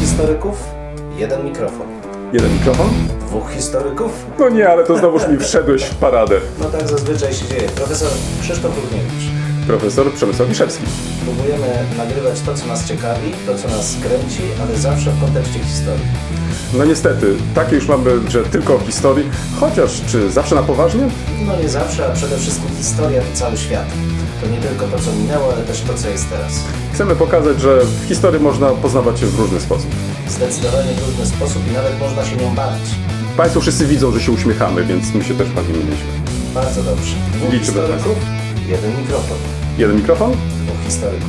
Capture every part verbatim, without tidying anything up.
historyków, jeden mikrofon. Jeden mikrofon? Dwóch historyków? No nie, ale to znowuż mi wszedłeś w paradę. No tak zazwyczaj się dzieje. Profesor Krzysztof Równiewicz. Profesor Przemysław Wiszewski. Próbujemy nagrywać to, co nas ciekawi, to, co nas kręci, ale zawsze w kontekście historii. No niestety, takie już mamy, że tylko o historii, chociaż czy zawsze na poważnie? No nie zawsze, a przede wszystkim historia to cały świat. To nie tylko to, co minęło, ale też to, co jest teraz. Chcemy pokazać, że w historii można poznawać się w różny sposób. Zdecydowanie w różny sposób i nawet można się nią bawić. Państwo wszyscy widzą, że się uśmiechamy, więc my się też bawimy nieźle. Bardzo dobrze. Dwóch Liczymy historyków, jeden mikrofon. Jeden mikrofon? Dwóch historyków.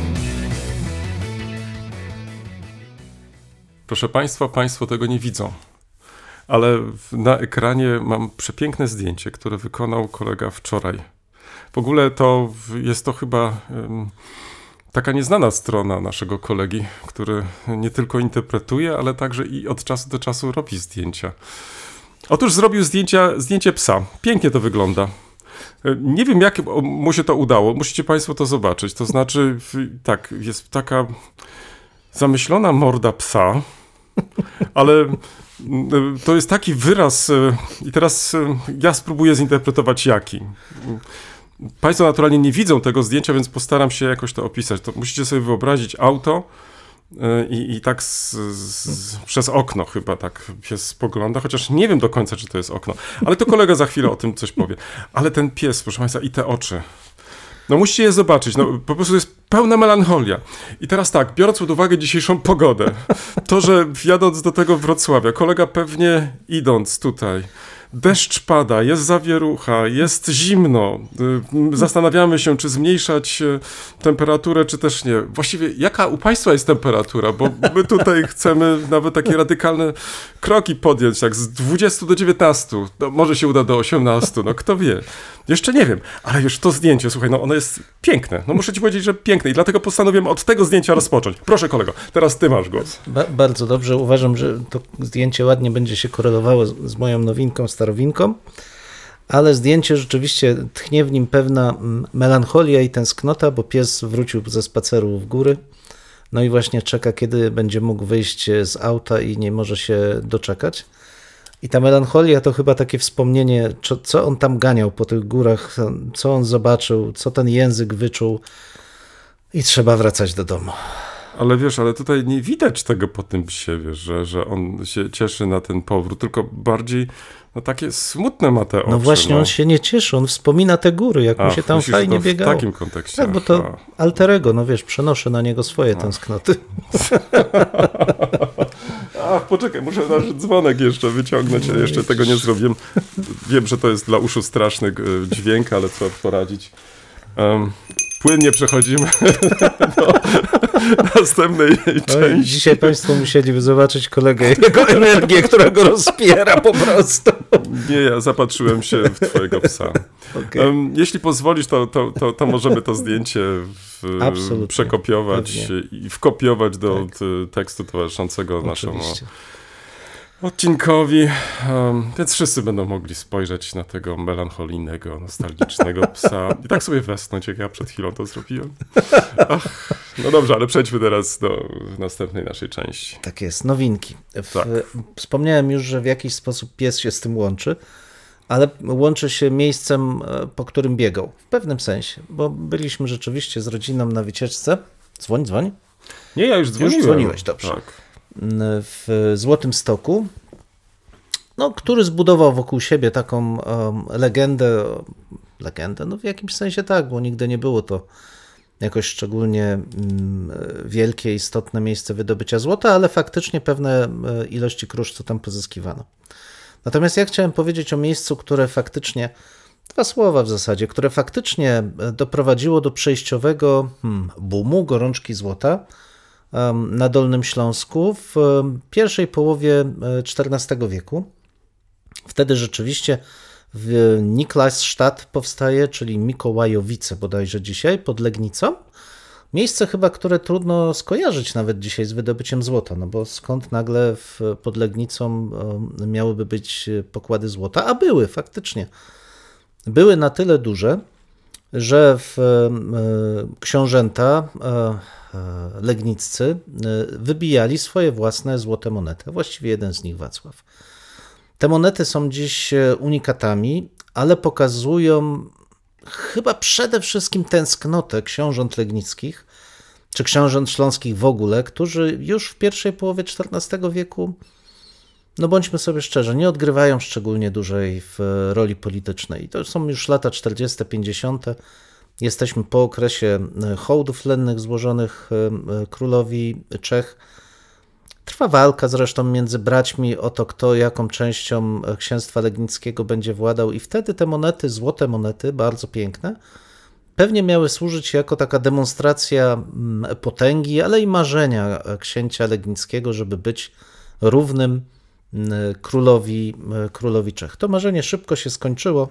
Proszę Państwa, Państwo tego nie widzą, ale na ekranie mam przepiękne zdjęcie, które wykonał kolega wczoraj. W ogóle to jest to chyba um, taka nieznana strona naszego kolegi, który nie tylko interpretuje, ale także i od czasu do czasu robi zdjęcia. Otóż zrobił zdjęcia, zdjęcie psa. Pięknie to wygląda. Nie wiem, jak mu się to udało. Musicie Państwo to zobaczyć. To znaczy, tak, jest taka zamyślona morda psa, ale to jest taki wyraz i teraz ja spróbuję zinterpretować jaki. Państwo naturalnie nie widzą tego zdjęcia, więc postaram się jakoś to opisać. To musicie sobie wyobrazić auto i, i tak z, z, przez okno chyba tak się spogląda, chociaż nie wiem do końca, czy to jest okno. Ale to kolega za chwilę o tym coś powie. Ale ten pies, proszę Państwa, i te oczy. No musicie je zobaczyć, no po prostu jest pełna melancholia. I teraz tak, biorąc pod uwagę dzisiejszą pogodę, to, że jadąc do tego Wrocławia, kolega pewnie idąc tutaj, deszcz pada, jest zawierucha, jest zimno, zastanawiamy się, czy zmniejszać temperaturę, czy też nie. Właściwie jaka u Państwa jest temperatura, bo my tutaj chcemy nawet takie radykalne kroki podjąć, jak z dwudziestu do dziewiętnastu, no, może się uda do osiemnastu, no kto wie. Jeszcze nie wiem, ale już to zdjęcie, słuchaj, no ono jest piękne, no muszę ci powiedzieć, że piękne i dlatego postanowiłem od tego zdjęcia rozpocząć. Proszę kolego, teraz ty masz głos. Ba- bardzo dobrze, uważam, że to zdjęcie ładnie będzie się korelowało z, z moją nowinką, starowinką, ale zdjęcie rzeczywiście tchnie w nim pewna melancholia i tęsknota, bo pies wrócił ze spaceru w góry, no i właśnie czeka, kiedy będzie mógł wyjść z auta i nie może się doczekać. I ta melancholia to chyba takie wspomnienie, co on tam ganiał po tych górach, co on zobaczył, co ten język wyczuł i trzeba wracać do domu. Ale wiesz, ale tutaj nie widać tego po tym psie, wiesz, że, że on się cieszy na ten powrót, tylko bardziej no takie smutne ma te oczy. No właśnie, no. on się nie cieszy, on wspomina te góry, jak Ach, mu się tam myślisz, fajnie to biegało. w takim kontekście. Tak, bo to alterego, no wiesz, przenoszę na niego swoje Ach. tęsknoty. Ach, poczekaj, muszę nasz dzwonek jeszcze wyciągnąć, no jeszcze tego nie zrobiłem. Wiem, że to jest dla uszu straszny dźwięk, ale trzeba poradzić. Um, płynnie przechodzimy do następnej Oj, części. Dzisiaj Państwo musieliby zobaczyć kolegę, jego energię, która go rozpiera po prostu. Nie, ja zapatrzyłem się w twojego psa. Okay. Um, jeśli pozwolisz, to, to, to, to możemy to zdjęcie w, przekopiować Pewnie. i wkopiować do tak. tekstu towarzyszącego naszemu odcinkowi, um, więc wszyscy będą mogli spojrzeć na tego melancholijnego, nostalgicznego psa i tak sobie westchnąć, jak ja przed chwilą to zrobiłem. Ach, no dobrze, ale przejdźmy teraz do następnej naszej części. Tak jest, nowinki. W, tak. Wspomniałem już, że w jakiś sposób pies się z tym łączy, ale łączy się miejscem, po którym biegał, w pewnym sensie, bo byliśmy rzeczywiście z rodziną na wycieczce. Dzwoń, dzwoń. Nie, ja już dzwoniłem. Już dzwoniłeś, dobrze. Tak. W Złotym Stoku, no, który zbudował wokół siebie taką um, legendę, legendę, no w jakimś sensie tak, bo nigdy nie było to jakoś szczególnie um, wielkie, istotne miejsce wydobycia złota, ale faktycznie pewne um, ilości kruszcu tam pozyskiwano. Natomiast ja chciałem powiedzieć o miejscu, które faktycznie, dwa słowa w zasadzie, które faktycznie doprowadziło do przejściowego hmm, boomu gorączki złota na Dolnym Śląsku w pierwszej połowie czternastego wieku. Wtedy rzeczywiście w Niklaśstadt powstaje, czyli Mikołajowice bodajże dzisiaj, pod Legnicą. Miejsce chyba, które trudno skojarzyć nawet dzisiaj z wydobyciem złota, no bo skąd nagle w, pod Legnicą miałyby być pokłady złota, a były faktycznie. Były na tyle duże, że w, książęta legniccy wybijali swoje własne złote monety. Właściwie jeden z nich, Wacław. Te monety są dziś unikatami, ale pokazują chyba przede wszystkim tęsknotę książąt legnickich, czy książąt śląskich w ogóle, którzy już w pierwszej połowie czternastego wieku, no bądźmy sobie szczerzy, nie odgrywają szczególnie dużej w roli politycznej. To są już lata czterdzieste, pięćdziesiąte. Jesteśmy po okresie hołdów lennych złożonych królowi Czech. Trwa walka zresztą między braćmi o to, kto jaką częścią księstwa legnickiego będzie władał i wtedy te monety, złote monety, bardzo piękne, pewnie miały służyć jako taka demonstracja potęgi, ale i marzenia księcia legnickiego, żeby być równym królowi, królowi Czech. To marzenie szybko się skończyło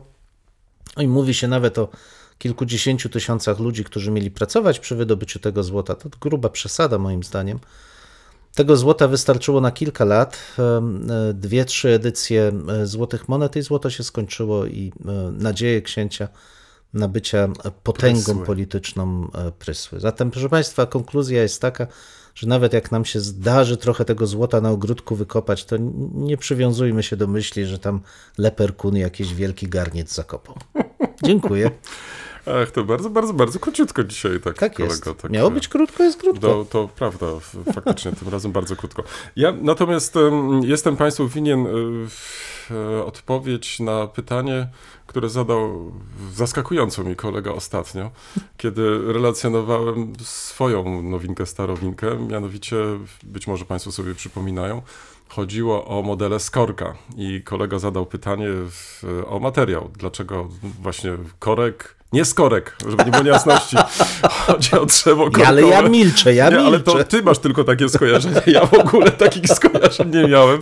i mówi się nawet o kilkudziesięciu tysiącach ludzi, którzy mieli pracować przy wydobyciu tego złota. To gruba przesada moim zdaniem. Tego złota wystarczyło na kilka lat, dwie, trzy edycje złotych monet i złoto się skończyło i nadzieje księcia na bycia potęgą Prysły. polityczną prysły. Zatem, proszę Państwa, konkluzja jest taka, że nawet jak nam się zdarzy trochę tego złota na ogródku wykopać, to nie przywiązujmy się do myśli, że tam Leperkun jakiś wielki garniec zakopał. Dziękuję. Ach, to bardzo, bardzo, bardzo króciutko dzisiaj, tak, Tak kolego. jest. Tak, Miało być krótko, jest krótko. To, to prawda, f- faktycznie tym razem bardzo krótko. Ja natomiast um, jestem Państwu winien y, y, odpowiedź na pytanie, które zadał zaskakująco mi kolega ostatnio, kiedy relacjonowałem swoją nowinkę, starowinkę, mianowicie, być może Państwo sobie przypominają, chodziło o modele Skorka i kolega zadał pytanie w, o materiał. Dlaczego właśnie korek, nie skorek, żeby nie było niejasności. Chodzi o drzewo korkowe. Ale ja milczę, ja nie, milczę. ale to ty masz tylko takie skojarzenia. Ja w ogóle takich skojarzeń nie miałem.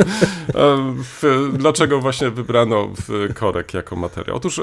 W, dlaczego właśnie wybrano w korek jako materiał? Otóż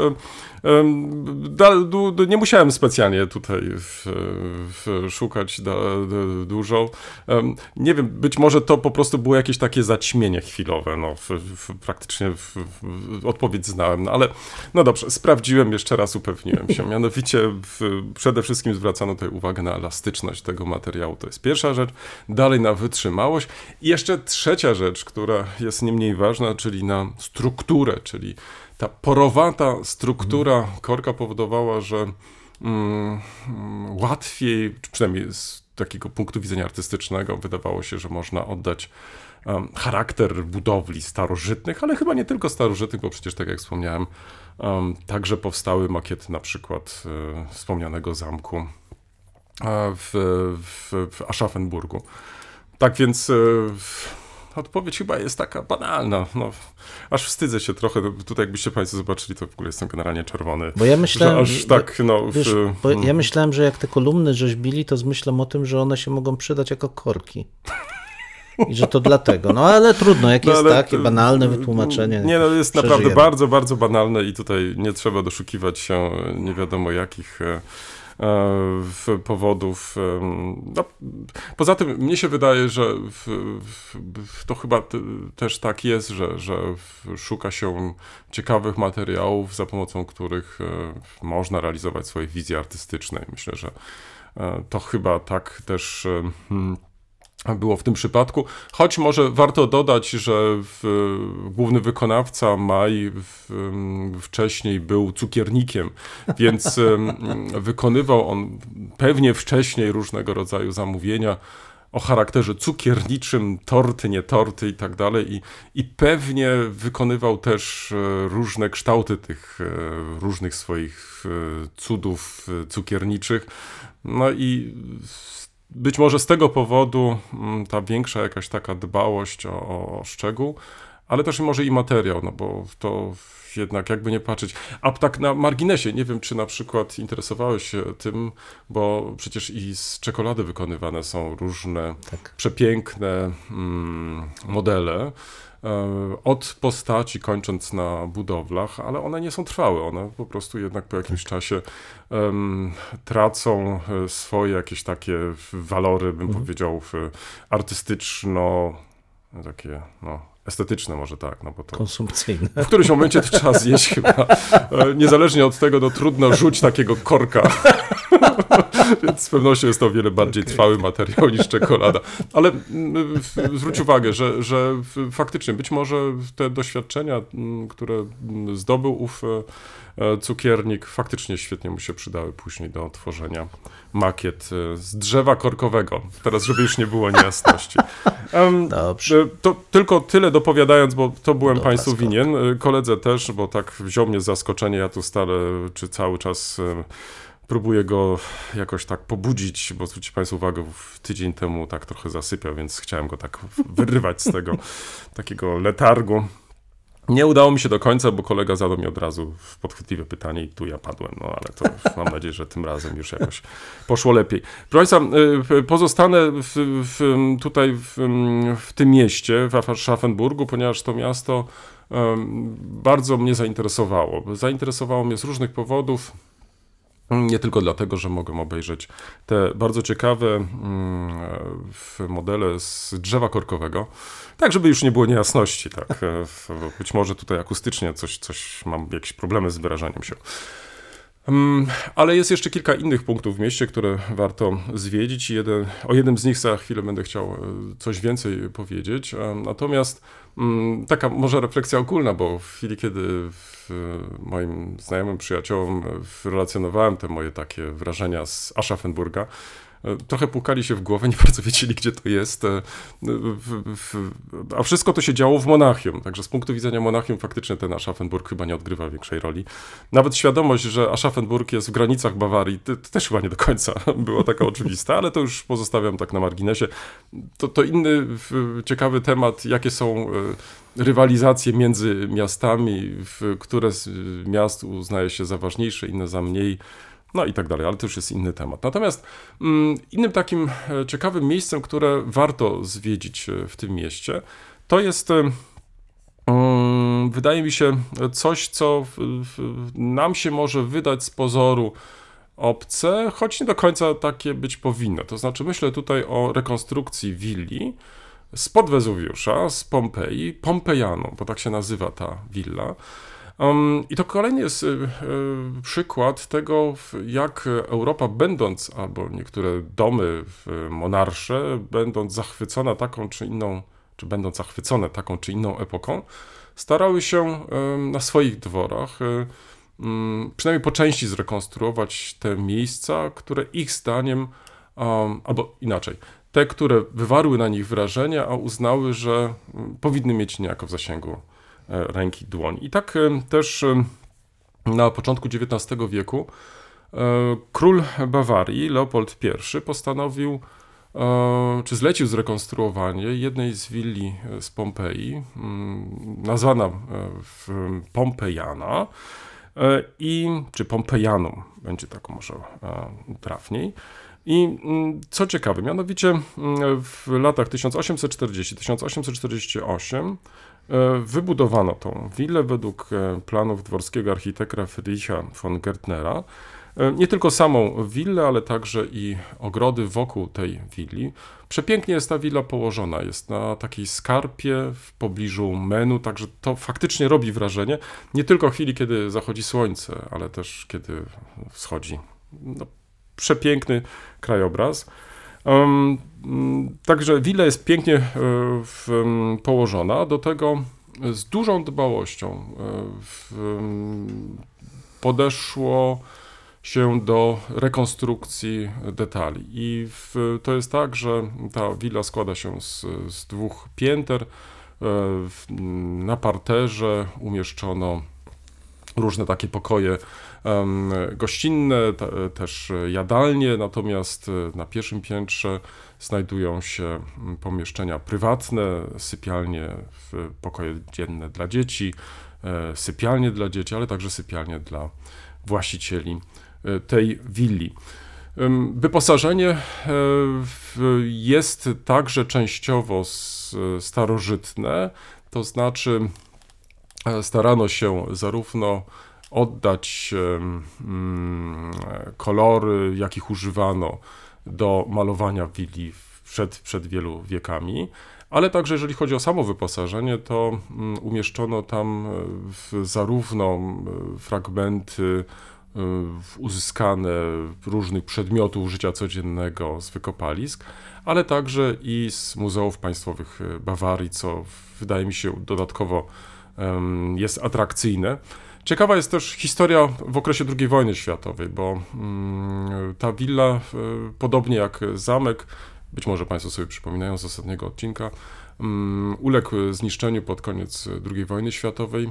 da, du, nie musiałem specjalnie tutaj w, w szukać da, da, dużo. Nie wiem, być może to po prostu było jakieś takie zaćmienie chwilowe. No, w, w, praktycznie w, w, odpowiedź znałem, no ale no dobrze, sprawdziłem jeszcze raz, upewniłem się. Mianowicie w, przede wszystkim zwracano tutaj uwagę na elastyczność tego materiału. To jest pierwsza rzecz. Dalej na wytrzymałość. I jeszcze trzecia rzecz, która jest nie mniej ważna, czyli na strukturę, czyli ta porowata struktura korka powodowała, że mm, łatwiej, czy przynajmniej z takiego punktu widzenia artystycznego, wydawało się, że można oddać um, charakter budowli starożytnych, ale chyba nie tylko starożytnych, bo przecież tak jak wspomniałem, um, także powstały makiety na przykład e, wspomnianego zamku e, w, w, w Aschaffenburgu. Tak więc e, odpowiedź chyba jest taka banalna. No, aż wstydzę się trochę. Tutaj jakbyście Państwo zobaczyli, to w ogóle jestem generalnie czerwony. Bo ja myślałem, że aż tak, no, wiesz, w, bo ja myślałem, że jak te kolumny rzeźbili, to z myślą o tym, że one się mogą przydać jako korki. I że to dlatego. No ale trudno, jak No, jest ale- takie banalne wytłumaczenie. Nie, no jest naprawdę przeżyjemy. bardzo, bardzo banalne i tutaj nie trzeba doszukiwać się nie wiadomo jakich e, w powodów. e, No, poza tym mnie się wydaje, że w, w, to chyba t, też tak jest, że, że w, szuka się ciekawych materiałów, za pomocą których e, można realizować swoje wizje artystyczne. Myślę, że e, to chyba tak też e, hmm, było w tym przypadku, choć może warto dodać, że w, główny wykonawca Maj w, wcześniej był cukiernikiem, więc um, wykonywał on pewnie wcześniej różnego rodzaju zamówienia o charakterze cukierniczym, torty, nie torty i tak dalej. I, i pewnie wykonywał też e, różne kształty tych e, różnych swoich e, cudów e, cukierniczych. No i być może z tego powodu mm, ta większa jakaś taka dbałość o, o szczegół, ale też może i materiał, no bo to jednak jakby nie patrzeć. A tak na marginesie, nie wiem, czy na przykład interesowałeś się tym, bo przecież i z czekolady wykonywane są różne Tak. przepiękne mm, modele, od postaci kończąc na budowlach, ale one nie są trwałe, one po prostu jednak po jakimś czasie um, tracą swoje jakieś takie walory, bym Mhm. powiedział, artystyczno, takie no, estetyczne może tak, no bo to... Konsumpcyjne. W którymś momencie to trzeba zjeść chyba. Niezależnie od tego, no trudno rzuć takiego korka. Więc z pewnością jest to o wiele bardziej okay. trwały materiał niż czekolada. Ale zwróć uwagę, że, że faktycznie być może te doświadczenia, które zdobył ów cukiernik, faktycznie świetnie mu się przydały później do tworzenia makiet z drzewa korkowego. Teraz, żeby już nie było niejasności. Um, Dobrze. To tylko tyle dopowiadając, bo to byłem Dobra, Państwu skok. winien. Koledze też, bo tak wziął mnie z zaskoczenia. Ja tu stale, czy cały czas próbuję go jakoś tak pobudzić, bo zwróćcie Państwo uwagę, w tydzień temu tak trochę zasypiał, więc chciałem go tak wyrywać z tego takiego letargu. Nie udało mi się do końca, bo kolega zadał mi od razu podchwytliwe pytanie i tu ja padłem, no ale to mam nadzieję, że tym razem już jakoś poszło lepiej. Proszę Państwa, pozostanę w, w, tutaj w, w tym mieście, w Aschaffenburgu, ponieważ to miasto um, bardzo mnie zainteresowało. Zainteresowało mnie z różnych powodów. Nie tylko dlatego, że mogłem obejrzeć te bardzo ciekawe mm, modele z drzewa korkowego, tak żeby już nie było niejasności, tak. Być może tutaj akustycznie coś, coś mam jakieś problemy z wyrażaniem się. Um, ale jest jeszcze kilka innych punktów w mieście, które warto zwiedzić i jeden, o jednym z nich za chwilę będę chciał coś więcej powiedzieć. Um, natomiast um, taka może refleksja ogólna, bo w chwili, kiedy w, moim znajomym przyjaciołom relacjonowałem te moje takie wrażenia z Aschaffenburga, trochę pukali się w głowę, nie bardzo wiedzieli, gdzie to jest. W, w, a wszystko to się działo w Monachium, także z punktu widzenia Monachium faktycznie ten Aschaffenburg chyba nie odgrywa większej roli. Nawet świadomość, że Aschaffenburg jest w granicach Bawarii, to, to też chyba nie do końca była taka oczywista, ale to już pozostawiam tak na marginesie. To, to inny w, ciekawy temat, jakie są rywalizacje między miastami, w, które z miast uznaje się za ważniejsze, inne za mniej. No i tak dalej, ale to już jest inny temat. Natomiast mm, innym takim ciekawym miejscem, które warto zwiedzić w tym mieście, to jest, mm, wydaje mi się, coś, co w, w, nam się może wydać z pozoru obce, choć nie do końca takie być powinno. To znaczy myślę tutaj o rekonstrukcji willi spod Wezuwiusza, z Pompeji, Pompejanum, bo tak się nazywa ta willa. Um, I to kolejny jest y, y, przykład tego, jak Europa, będąc, albo niektóre domy monarsze, będąc zachwycona taką czy inną, czy będąc zachwycone taką czy inną epoką, starały się y, na swoich dworach y, y, przynajmniej po części zrekonstruować te miejsca, które ich zdaniem, um, albo inaczej, te, które wywarły na nich wrażenie, a uznały, że y, powinny mieć niejako w zasięgu ręki, dłoni. I tak też na początku dziewiętnastego wieku król Bawarii, Leopold I, postanowił, czy zlecił zrekonstruowanie jednej z willi z Pompeji, nazwana Pompejana, i, czy Pompejanum, będzie tak może trafniej. I co ciekawe, mianowicie w latach tysiąc osiemset czterdziestym do tysiąc osiemset czterdziestego ósmego wybudowano tą willę według planów dworskiego architekta Friedricha von Gärtnera. Nie tylko samą willę, ale także i ogrody wokół tej willi. Przepięknie jest ta willa położona, jest na takiej skarpie w pobliżu Menu, także to faktycznie robi wrażenie. Nie tylko w chwili, kiedy zachodzi słońce, ale też kiedy wschodzi. No, przepiękny krajobraz. Um, także willa jest pięknie y, w, um, położona, do tego z dużą dbałością y, w, y, podeszło się do rekonstrukcji detali. I w, to jest tak, że ta willa składa się z, z dwóch pięter. Y, w, na parterze umieszczono różne takie pokoje um, gościnne, te, też jadalnie, natomiast na pierwszym piętrze znajdują się pomieszczenia prywatne, sypialnie, pokoje dzienne dla dzieci, sypialnie dla dzieci, ale także sypialnie dla właścicieli tej willi. Wyposażenie jest także częściowo starożytne, to znaczy starano się zarówno oddać kolory, jakich używano do malowania willi w przed, przed wielu wiekami, ale także jeżeli chodzi o samo wyposażenie, to umieszczono tam zarówno fragmenty uzyskane różnych przedmiotów życia codziennego z wykopalisk, ale także i z muzeów państwowych Bawarii, co wydaje mi się dodatkowo jest atrakcyjne. Ciekawa jest też historia w okresie drugiej wojny światowej, bo ta willa, podobnie jak zamek, być może Państwo sobie przypominają z ostatniego odcinka, uległ zniszczeniu pod koniec drugiej wojny światowej.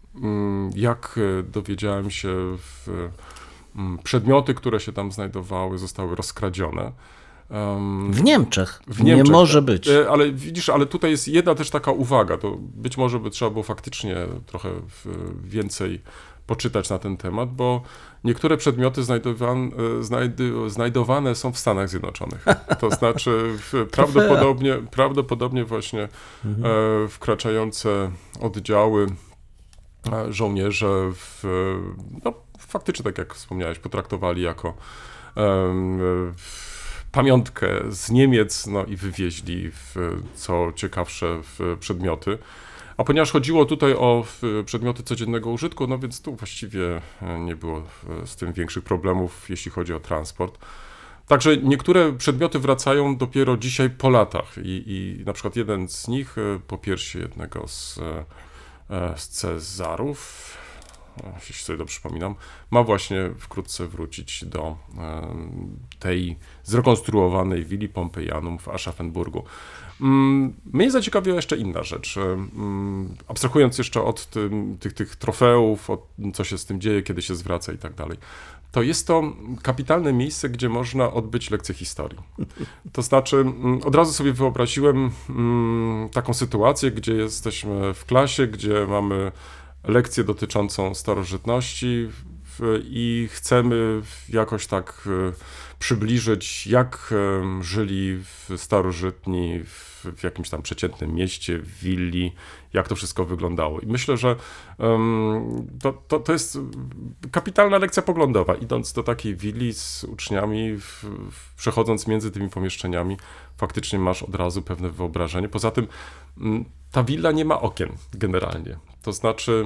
Jak dowiedziałem się, w przedmioty, które się tam znajdowały, zostały rozkradzione. W Niemczech. W Niemczech, nie może tak. być. Ale widzisz, ale tutaj jest jedna też taka uwaga, to być może by trzeba było faktycznie trochę więcej poczytać na ten temat, bo niektóre przedmioty znajdowane, znajdy, znajdowane są w Stanach Zjednoczonych. To znaczy prawdopodobnie, prawdopodobnie właśnie mhm. wkraczające oddziały żołnierze w, no, faktycznie, tak jak wspomniałeś, potraktowali jako um, pamiątkę z Niemiec, no i wywieźli, w, co ciekawsze, w przedmioty. A ponieważ chodziło tutaj o przedmioty codziennego użytku, no więc tu właściwie nie było z tym większych problemów, jeśli chodzi o transport. Także niektóre przedmioty wracają dopiero dzisiaj po latach i, i na przykład jeden z nich, po piersi jednego z z Cezarów, jeśli sobie dobrze przypominam, ma właśnie wkrótce wrócić do tej zrekonstruowanej willi Pompeianum w Aschaffenburgu. Mnie zaciekawiła jeszcze inna rzecz. Abstrahując jeszcze od tym, tych, tych trofeów, od co się z tym dzieje, kiedy się zwraca i tak dalej, to jest to kapitalne miejsce, gdzie można odbyć lekcję historii. To znaczy, od razu sobie wyobraziłem taką sytuację, gdzie jesteśmy w klasie, gdzie mamy lekcję dotyczącą starożytności i chcemy jakoś tak przybliżyć, jak żyli starożytni w jakimś tam przeciętnym mieście, w willi, jak to wszystko wyglądało. I myślę, że um, to, to, to jest kapitalna lekcja poglądowa. Idąc do takiej willi z uczniami, w, w, przechodząc między tymi pomieszczeniami, faktycznie masz od razu pewne wyobrażenie. Poza tym um, ta willa nie ma okien generalnie. To znaczy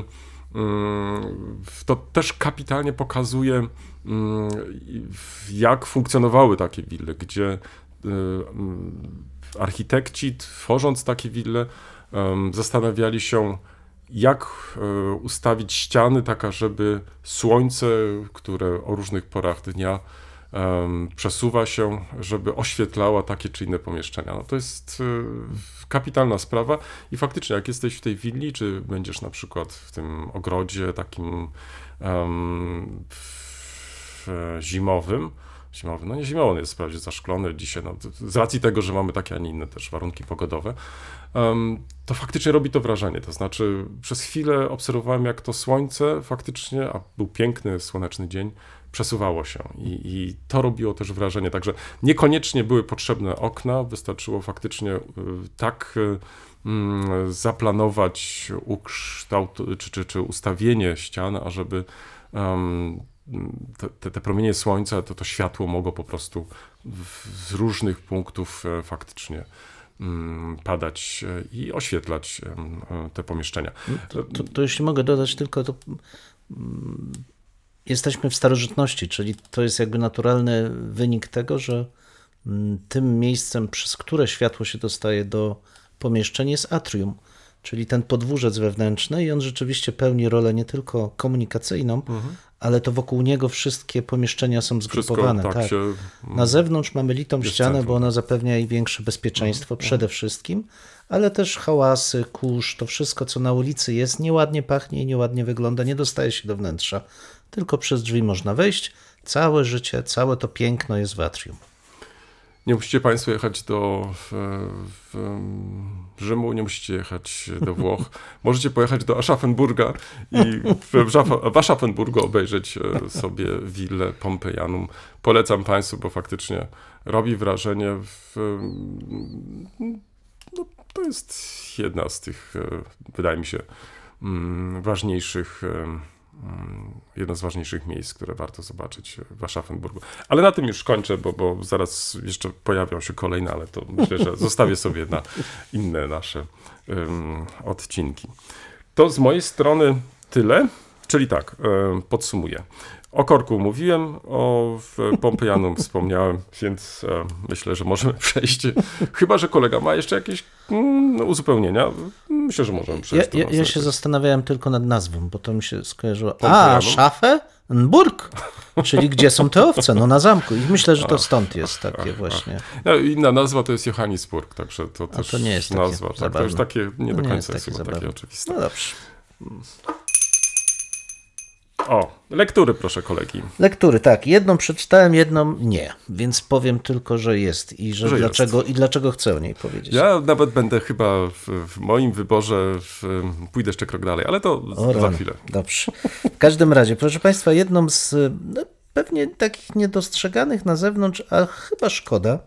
um, to też kapitalnie pokazuje, um, jak funkcjonowały takie wille, gdzie um, architekci, tworząc takie wille, um, zastanawiali się, jak um, ustawić ściany tak, żeby słońce, które o różnych porach dnia um, przesuwa się, żeby oświetlała takie czy inne pomieszczenia. No to jest um, kapitalna sprawa i faktycznie, jak jesteś w tej willi, czy będziesz na przykład w tym ogrodzie takim um, w, w zimowym, Zimowy. No nie zimowy, on jest wprawdzie zaszklony dzisiaj, no, z racji tego, że mamy takie, a nie inne też warunki pogodowe, um, to faktycznie robi to wrażenie. To znaczy przez chwilę obserwowałem, jak to słońce faktycznie, a był piękny, słoneczny dzień, przesuwało się i, i to robiło też wrażenie. Także niekoniecznie były potrzebne okna, wystarczyło faktycznie y, tak y, y, zaplanować ukształt, czy, czy, czy ustawienie ścian, ażeby um, Te, te promienie słońca, to, to światło mogło po prostu w, z różnych punktów faktycznie um, padać i oświetlać um, te pomieszczenia. To, to, to jeśli mogę dodać tylko, to um, jesteśmy w starożytności, czyli to jest jakby naturalny wynik tego, że um, tym miejscem, przez które światło się dostaje do pomieszczeń, jest atrium, czyli ten podwórzec wewnętrzny i on rzeczywiście pełni rolę nie tylko komunikacyjną, mhm. ale to wokół niego wszystkie pomieszczenia są zgrupowane. Wszystko, tak, tak. Się, Na zewnątrz mamy litą ścianę, centrum. bo ona zapewnia jej większe bezpieczeństwo mhm. przede wszystkim, ale też hałasy, kurz, to wszystko, co na ulicy jest, nieładnie pachnie i nieładnie wygląda, nie dostaje się do wnętrza. Tylko przez drzwi można wejść. Całe życie, całe to piękno jest w atrium. Nie musicie Państwo jechać do w, w Rzymu, nie musicie jechać do Włoch. Możecie pojechać do Aschaffenburga i w, w Aschaffenburgu obejrzeć sobie willę Pompeianum. Polecam Państwu, bo faktycznie robi wrażenie. W, no, to jest jedna z tych, wydaje mi się, ważniejszych jedno z ważniejszych miejsc, które warto zobaczyć w Aschaffenburgu. Ale na tym już kończę, bo, bo zaraz jeszcze pojawią się kolejne, ale to myślę, że zostawię sobie na inne nasze um, odcinki. To z mojej strony tyle, czyli tak, um, podsumuję. O Korku mówiłem, o Pompeianum wspomniałem, więc um, myślę, że możemy przejść. Chyba że kolega ma jeszcze jakieś um, uzupełnienia. Myślę, że możemy przejść. Ja, ja, ja się zastanawiałem tylko nad nazwą, bo to mi się skojarzyło. Pompeianum? A, Schaffenburg, czyli gdzie są te owce? No na zamku. I myślę, że to stąd jest takie ach, właśnie. Ach. No, inna nazwa to jest Johannisburg, także to też to nie jest takie nazwa. Tak, to już takie nie do nie końca jest jest, takie chyba takie zabawne. oczywiste. No dobrze. O, lektury proszę kolegi. Lektury, tak. Jedną przeczytałem, jedną nie. Więc powiem tylko, że jest i że, Że dlaczego, jest. i dlaczego chcę o niej powiedzieć. Ja nawet będę chyba w, w moim wyborze w, pójdę jeszcze krok dalej, ale to O, za rany. chwilę. Dobrze. W każdym razie, proszę Państwa, jedną z no, pewnie takich niedostrzeganych na zewnątrz, a chyba szkoda,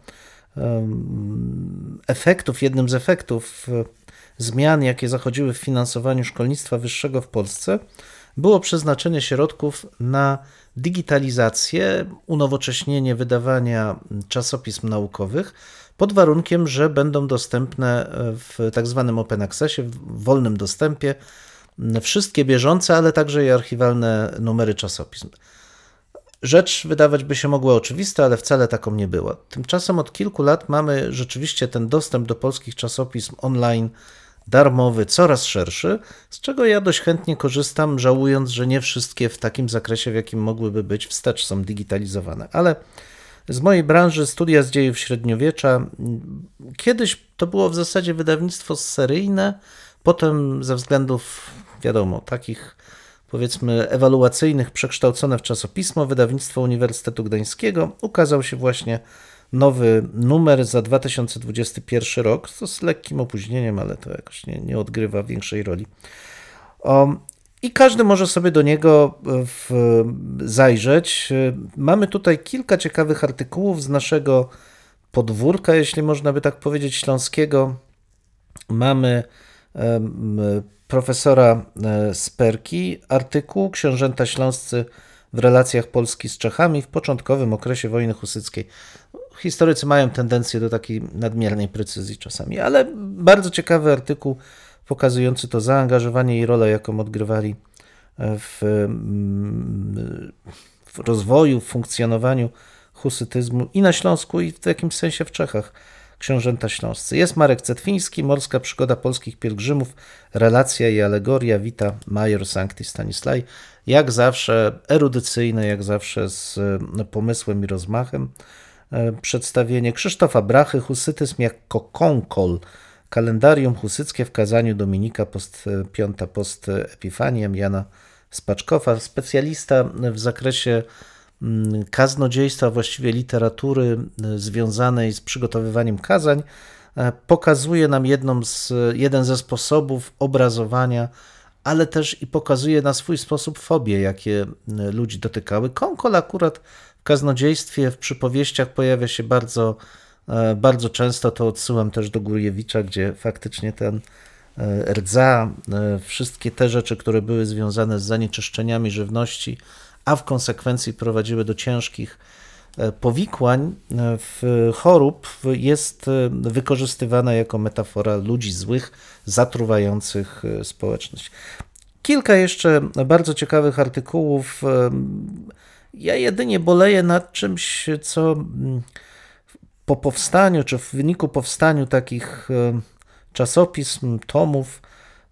um, efektów, jednym z efektów e, zmian, jakie zachodziły w finansowaniu szkolnictwa wyższego w Polsce, było przeznaczenie środków na digitalizację, unowocześnienie wydawania czasopism naukowych pod warunkiem, że będą dostępne w tak zwanym open accessie, w wolnym dostępie, wszystkie bieżące, ale także i archiwalne numery czasopism. Rzecz wydawać by się mogła oczywista, ale wcale taką nie była. Tymczasem od kilku lat mamy rzeczywiście ten dostęp do polskich czasopism online darmowy, coraz szerszy, z czego ja dość chętnie korzystam, żałując, że nie wszystkie w takim zakresie, w jakim mogłyby być wstecz, są digitalizowane. Ale z mojej branży studia z dziejów średniowiecza, kiedyś to było w zasadzie wydawnictwo seryjne, potem ze względów, wiadomo, takich powiedzmy ewaluacyjnych przekształcone w czasopismo, wydawnictwo Uniwersytetu Gdańskiego, ukazał się właśnie nowy numer za dwa tysiące dwudziesty pierwszy rok, to z lekkim opóźnieniem, ale to jakoś nie, nie odgrywa większej roli. O, i każdy może sobie do niego w, zajrzeć. Mamy tutaj kilka ciekawych artykułów z naszego podwórka, jeśli można by tak powiedzieć, śląskiego. Mamy um, profesora Sperki, artykuł Książęta śląscy w relacjach Polski z Czechami w początkowym okresie wojny husyckiej. Historycy mają tendencję do takiej nadmiernej precyzji czasami, ale bardzo ciekawy artykuł pokazujący to zaangażowanie i rolę, jaką odgrywali w, w rozwoju, w funkcjonowaniu husytyzmu i na Śląsku, i w jakimś sensie w Czechach. Książęta śląscy. Jest Marek Cetwiński, Morska przygoda polskich pielgrzymów, relacja i alegoria, Vita Major Sancti Stanislai. Jak zawsze erudycyjne, jak zawsze z pomysłem i rozmachem przedstawienie Krzysztofa Brachy, husytyzm jako konkol, kalendarium husyckie w kazaniu Dominika post, piąta post Epifaniam, Jana Spaczkowa, specjalista w zakresie kaznodziejstwa, właściwie literatury związanej z przygotowywaniem kazań, pokazuje nam jedną z, jeden ze sposobów obrazowania, ale też i pokazuje na swój sposób fobie, jakie ludzi dotykały. Konkol akurat w kaznodziejstwie, w przypowieściach pojawia się bardzo, bardzo często, to odsyłam też do Gurjewicza, gdzie faktycznie ten rdza, wszystkie te rzeczy, które były związane z zanieczyszczeniami żywności, a w konsekwencji prowadziły do ciężkich powikłań, w chorób, jest wykorzystywana jako metafora ludzi złych, zatruwających społeczność. Kilka jeszcze bardzo ciekawych artykułów. Ja jedynie boleję nad czymś, co po powstaniu, czy w wyniku powstaniu takich czasopism, tomów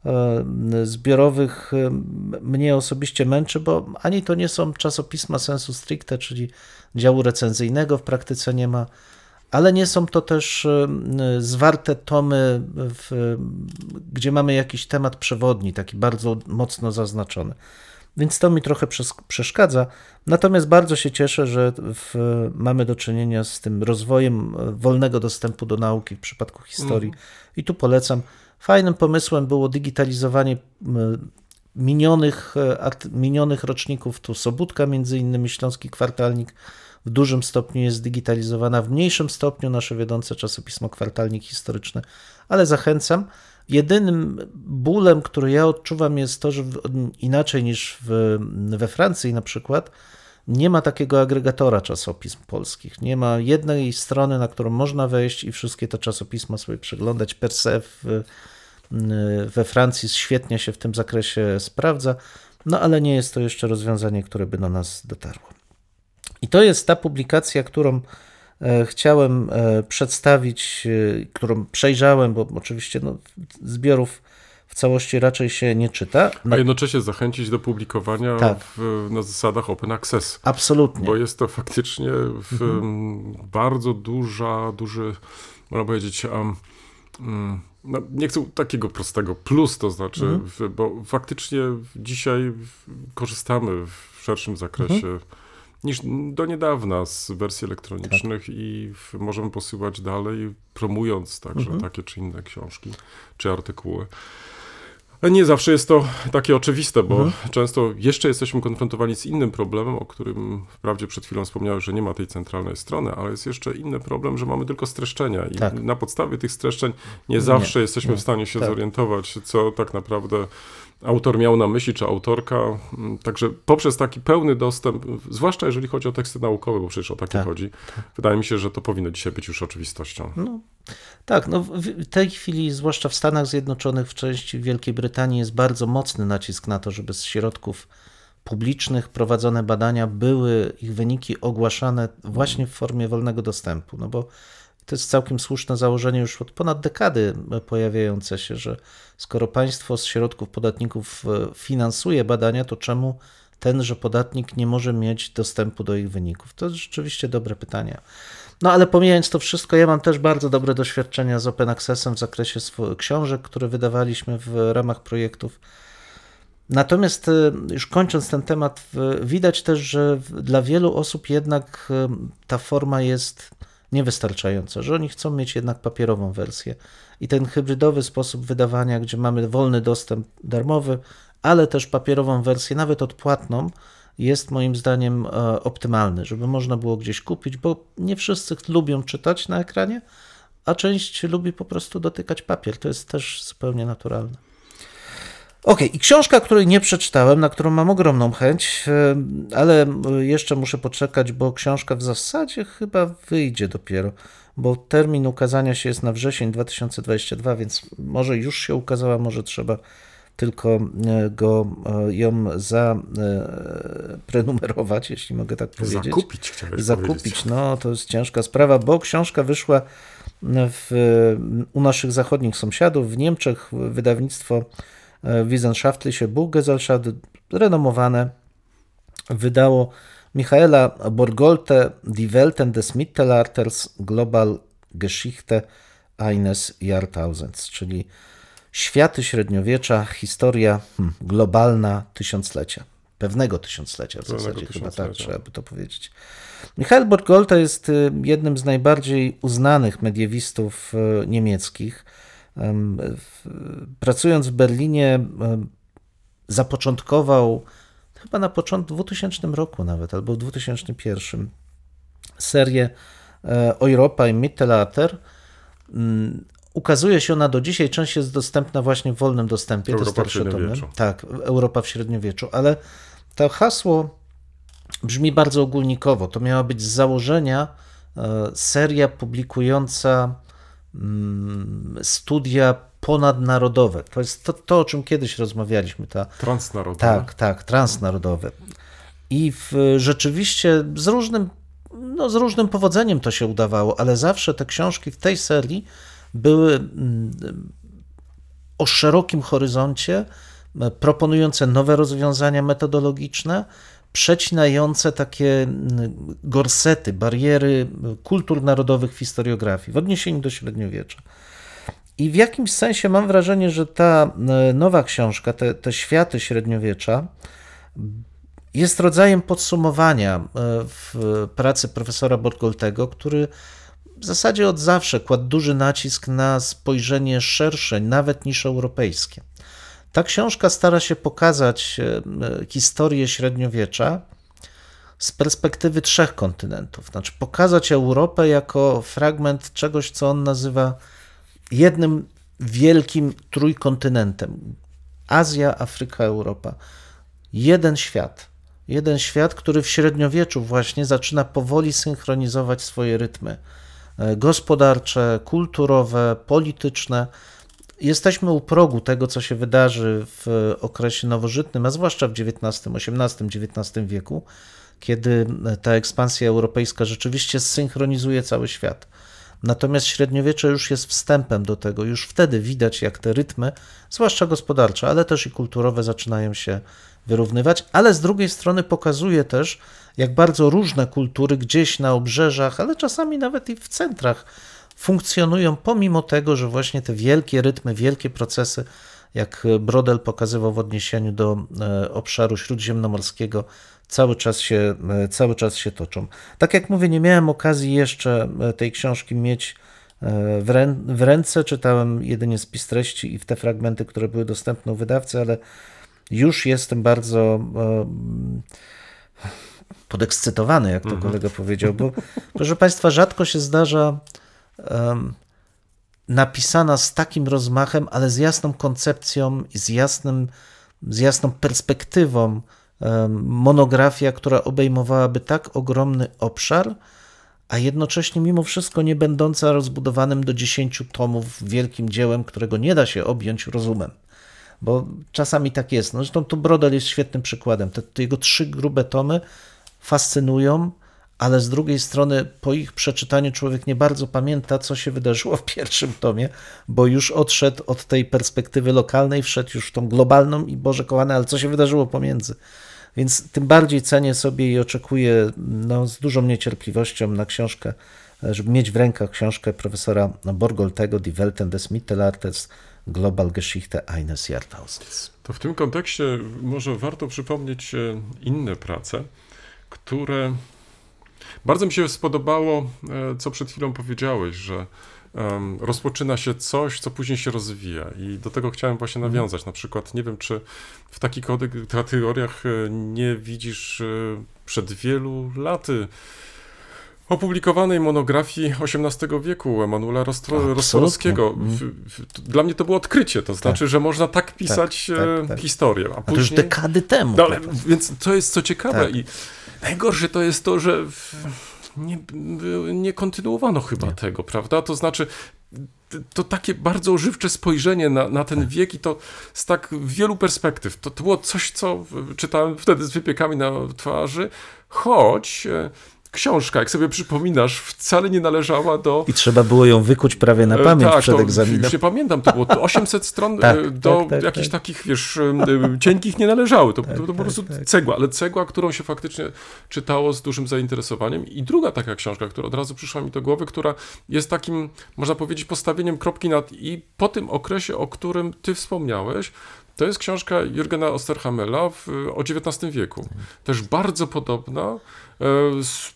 zbiorowych mnie osobiście męczy, bo ani to nie są czasopisma sensu stricte, czyli działu recenzyjnego w praktyce nie ma, ale nie są to też zwarte tomy, w, gdzie mamy jakiś temat przewodni, taki bardzo mocno zaznaczony. Więc to mi trochę przeszkadza. Natomiast bardzo się cieszę, że w, mamy do czynienia z tym rozwojem wolnego dostępu do nauki w przypadku historii. Mm. I tu polecam. Fajnym pomysłem było digitalizowanie minionych, minionych roczników. Tu Sobótka, między innymi Śląski Kwartalnik, w dużym stopniu jest zdigitalizowana, w mniejszym stopniu nasze wiodące czasopismo Kwartalnik Historyczny, ale zachęcam. Jedynym bólem, który ja odczuwam, jest to, że w, inaczej niż w, we Francji na przykład, nie ma takiego agregatora czasopism polskich. Nie ma jednej strony, na którą można wejść i wszystkie te czasopisma sobie przeglądać. Per se w, we Francji świetnie się w tym zakresie sprawdza, no ale nie jest to jeszcze rozwiązanie, które by do nas dotarło. I to jest ta publikacja, którą chciałem przedstawić, którą przejrzałem, bo oczywiście no, zbiorów w całości raczej się nie czyta. A jednocześnie zachęcić do publikowania tak. w, na zasadach open access. Absolutnie. Bo jest to faktycznie w, mhm. bardzo duża, duży, można powiedzieć, um, um, no, nie chcę takiego prostego plus, to znaczy, mhm. w, bo faktycznie dzisiaj korzystamy w szerszym zakresie mhm. niż do niedawna z wersji elektronicznych tak. i w, możemy posyłać dalej, promując także mhm. takie czy inne książki, czy artykuły. Ale nie zawsze jest to takie oczywiste, bo mhm. często jeszcze jesteśmy konfrontowani z innym problemem, o którym wprawdzie przed chwilą wspomniałem, że nie ma tej centralnej strony, ale jest jeszcze inny problem, że mamy tylko streszczenia i tak. na podstawie tych streszczeń nie zawsze nie, jesteśmy nie. w stanie się tak. zorientować, co tak naprawdę autor miał na myśli, czy autorka. Także poprzez taki pełny dostęp, zwłaszcza jeżeli chodzi o teksty naukowe, bo przecież o takie tak, chodzi, tak. wydaje mi się, że to powinno dzisiaj być już oczywistością. No, tak, no w tej chwili, zwłaszcza w Stanach Zjednoczonych, w części Wielkiej Brytanii jest bardzo mocny nacisk na to, żeby z środków publicznych prowadzone badania były, ich wyniki ogłaszane właśnie w formie wolnego dostępu, no bo to jest całkiem słuszne założenie już od ponad dekady pojawiające się, że skoro państwo z środków podatników finansuje badania, to czemu tenże podatnik nie może mieć dostępu do ich wyników? To jest rzeczywiście dobre pytanie. No ale pomijając to wszystko, ja mam też bardzo dobre doświadczenia z Open Accessem w zakresie książek, które wydawaliśmy w ramach projektów. Natomiast już kończąc ten temat, widać też, że dla wielu osób jednak ta forma jest niewystarczająca, że oni chcą mieć jednak papierową wersję. I ten hybrydowy sposób wydawania, gdzie mamy wolny dostęp darmowy, ale też papierową wersję, nawet odpłatną, jest moim zdaniem optymalny, żeby można było gdzieś kupić, bo nie wszyscy lubią czytać na ekranie, a część lubi po prostu dotykać papier. To jest też zupełnie naturalne. Ok, i książka, której nie przeczytałem, na którą mam ogromną chęć, ale jeszcze muszę poczekać, bo książka w zasadzie chyba wyjdzie dopiero, bo termin ukazania się jest na wrzesień dwa tysiące dwudziesty drugi, więc może już się ukazała, może trzeba tylko go, ją zaprenumerować, jeśli mogę tak powiedzieć. Zakupić, chciałeś Zakupić, powiedzieć. No to jest ciężka sprawa, bo książka wyszła w, u naszych zachodnich sąsiadów, w Niemczech, wydawnictwo Wissenschaftliche Buchgesellschaft, renomowane, wydało Michaela Borgolte Die Welten des Mittelalters Global Geschichte eines Jahrtausends, czyli światy średniowiecza, historia hmm, globalna tysiąclecia, pewnego tysiąclecia w pewnego zasadzie, tysiąclecia. chyba tak trzeba by to powiedzieć. Michael Borgolte jest jednym z najbardziej uznanych mediewistów niemieckich. Pracując w Berlinie, zapoczątkował chyba na początku dwutysięcznym roku nawet, albo w dwutysięcznym pierwszym serię Europa im Mittelalter. Ukazuje się ona do dzisiaj, część jest dostępna właśnie w wolnym dostępie. Europa te w średniowieczu. Tak, Europa w średniowieczu, ale to hasło brzmi bardzo ogólnikowo. To miała być z założenia seria publikująca studia ponadnarodowe. To jest to, to, o czym kiedyś rozmawialiśmy. Ta, transnarodowe. Tak, tak, transnarodowe. I w, rzeczywiście z różnym, no, z różnym powodzeniem to się udawało, ale zawsze te książki w tej serii były o szerokim horyzoncie, proponujące nowe rozwiązania metodologiczne, przecinające takie gorsety, bariery kultur narodowych w historiografii w odniesieniu do średniowiecza. I w jakimś sensie mam wrażenie, że ta nowa książka, te, te światy średniowiecza, jest rodzajem podsumowania w pracy profesora Borgoltego, który w zasadzie od zawsze kładł duży nacisk na spojrzenie szersze, nawet niż europejskie. Ta książka stara się pokazać historię średniowiecza z perspektywy trzech kontynentów. Znaczy pokazać Europę jako fragment czegoś, co on nazywa jednym wielkim trójkontynentem. Azja, Afryka, Europa. Jeden świat. Jeden świat, który w średniowieczu właśnie zaczyna powoli synchronizować swoje rytmy gospodarcze, kulturowe, polityczne. Jesteśmy u progu tego, co się wydarzy w okresie nowożytnym, a zwłaszcza w dziewiętnastym, osiemnastym, dziewiętnastym wieku, kiedy ta ekspansja europejska rzeczywiście zsynchronizuje cały świat. Natomiast średniowiecze już jest wstępem do tego. Już wtedy widać, jak te rytmy, zwłaszcza gospodarcze, ale też i kulturowe, zaczynają się wyrównywać, ale z drugiej strony pokazuje też, jak bardzo różne kultury gdzieś na obrzeżach, ale czasami nawet i w centrach funkcjonują, pomimo tego, że właśnie te wielkie rytmy, wielkie procesy, jak Brodel pokazywał w odniesieniu do obszaru śródziemnomorskiego, cały czas się, cały czas się toczą. Tak jak mówię, nie miałem okazji jeszcze tej książki mieć w, rę, w ręce, czytałem jedynie spis treści i w te fragmenty, które były dostępne u wydawcy, ale już jestem bardzo podekscytowany, jak to mhm. kolega powiedział, bo proszę Państwa, rzadko się zdarza um, napisana z takim rozmachem, ale z jasną koncepcją i z, jasnym, z jasną perspektywą um, monografia, która obejmowałaby tak ogromny obszar, a jednocześnie mimo wszystko nie będąca rozbudowanym do dziesięciu tomów wielkim dziełem, którego nie da się objąć rozumem. Bo czasami tak jest. No, zresztą tu Brodel jest świetnym przykładem. Te, te jego trzy grube tomy fascynują, ale z drugiej strony po ich przeczytaniu człowiek nie bardzo pamięta, co się wydarzyło w pierwszym tomie, bo już odszedł od tej perspektywy lokalnej, wszedł już w tą globalną i Boże kochany, ale co się wydarzyło pomiędzy. Więc tym bardziej cenię sobie i oczekuję no, z dużą niecierpliwością na książkę, żeby mieć w rękach książkę profesora Borgoltego, Die Welten des Mittelalters, Global Geschichte eines Jahrtausends. To w tym kontekście może warto przypomnieć inne prace, które bardzo mi się spodobało, co przed chwilą powiedziałeś, że um, rozpoczyna się coś, co później się rozwija i do tego chciałem właśnie nawiązać. Na przykład, nie wiem, czy w takich kategoriach nie widzisz przed wielu laty opublikowanej monografii osiemnastego wieku Emanuela Rostworowskiego. Dla mnie to było odkrycie, to znaczy, tak. że można tak pisać tak, tak, tak. historię. A, a później... to już dekady temu. No, ale, więc to jest co ciekawe tak. i najgorsze to jest to, że nie, nie kontynuowano chyba nie. tego, prawda? To znaczy to takie bardzo ożywcze spojrzenie na, na ten wiek i to z tak wielu perspektyw. To, to było coś, co czytałem wtedy z wypiekami na twarzy, choć książka, jak sobie przypominasz, wcale nie należała do... I trzeba było ją wykuć prawie na pamięć tak, przed to, egzaminem. Już nie pamiętam, to było to osiemset stron tak, do tak, tak, jakichś tak. takich, wiesz, cienkich nie należały. To, tak, to, to po prostu tak, cegła, ale cegła, którą się faktycznie czytało z dużym zainteresowaniem. I druga taka książka, która od razu przyszła mi do głowy, która jest takim, można powiedzieć, postawieniem kropki nad i po tym okresie, o którym ty wspomniałeś, to jest książka Jürgena Osterhammela w, o dziewiętnastym wieku. Też bardzo podobna z,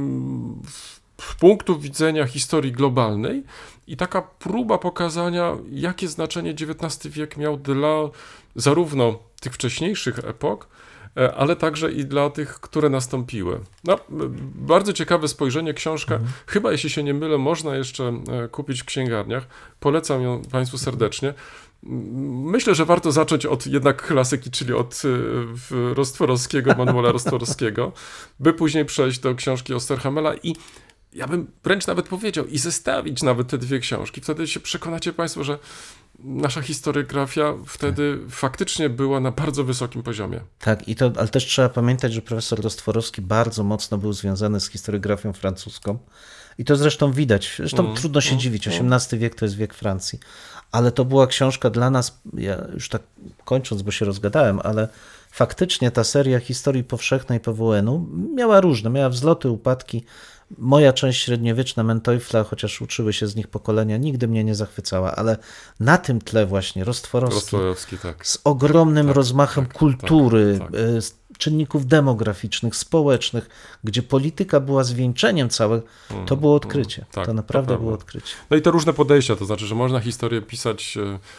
z punktu widzenia historii globalnej i taka próba pokazania, jakie znaczenie dziewiętnasty wiek miał dla zarówno tych wcześniejszych epok, ale także i dla tych, które nastąpiły. No, bardzo ciekawe spojrzenie, książka. Mhm. Chyba, jeśli się nie mylę, można jeszcze kupić w księgarniach. Polecam ją Państwu serdecznie. Myślę, że warto zacząć od jednak klasyki, czyli od Rostworowskiego, Manuela Rostworowskiego, by później przejść do książki Osterhammela i ja bym wręcz nawet powiedział i zestawić nawet te dwie książki. Wtedy się przekonacie Państwo, że nasza historiografia wtedy tak. faktycznie była na bardzo wysokim poziomie. Tak, i to, ale też trzeba pamiętać, że profesor Rostworowski bardzo mocno był związany z historiografią francuską. I to zresztą widać. Zresztą mm, trudno się mm, dziwić. osiemnasty wiek to jest wiek Francji. Ale to była książka dla nas, ja już tak kończąc, bo się rozgadałem, ale faktycznie ta seria historii powszechnej P W N-u miała różne, miała wzloty, upadki. Moja część średniowieczna Manteuffla, chociaż uczyły się z nich pokolenia, nigdy mnie nie zachwycała, ale na tym tle właśnie Rostworowski, Rostworowski tak. z ogromnym tak, rozmachem tak, kultury, tak, tak. czynników demograficznych, społecznych, gdzie polityka była zwieńczeniem całego, to było odkrycie. Mm, tak, to naprawdę to było odkrycie. No i te różne podejścia, to znaczy, że można historię pisać,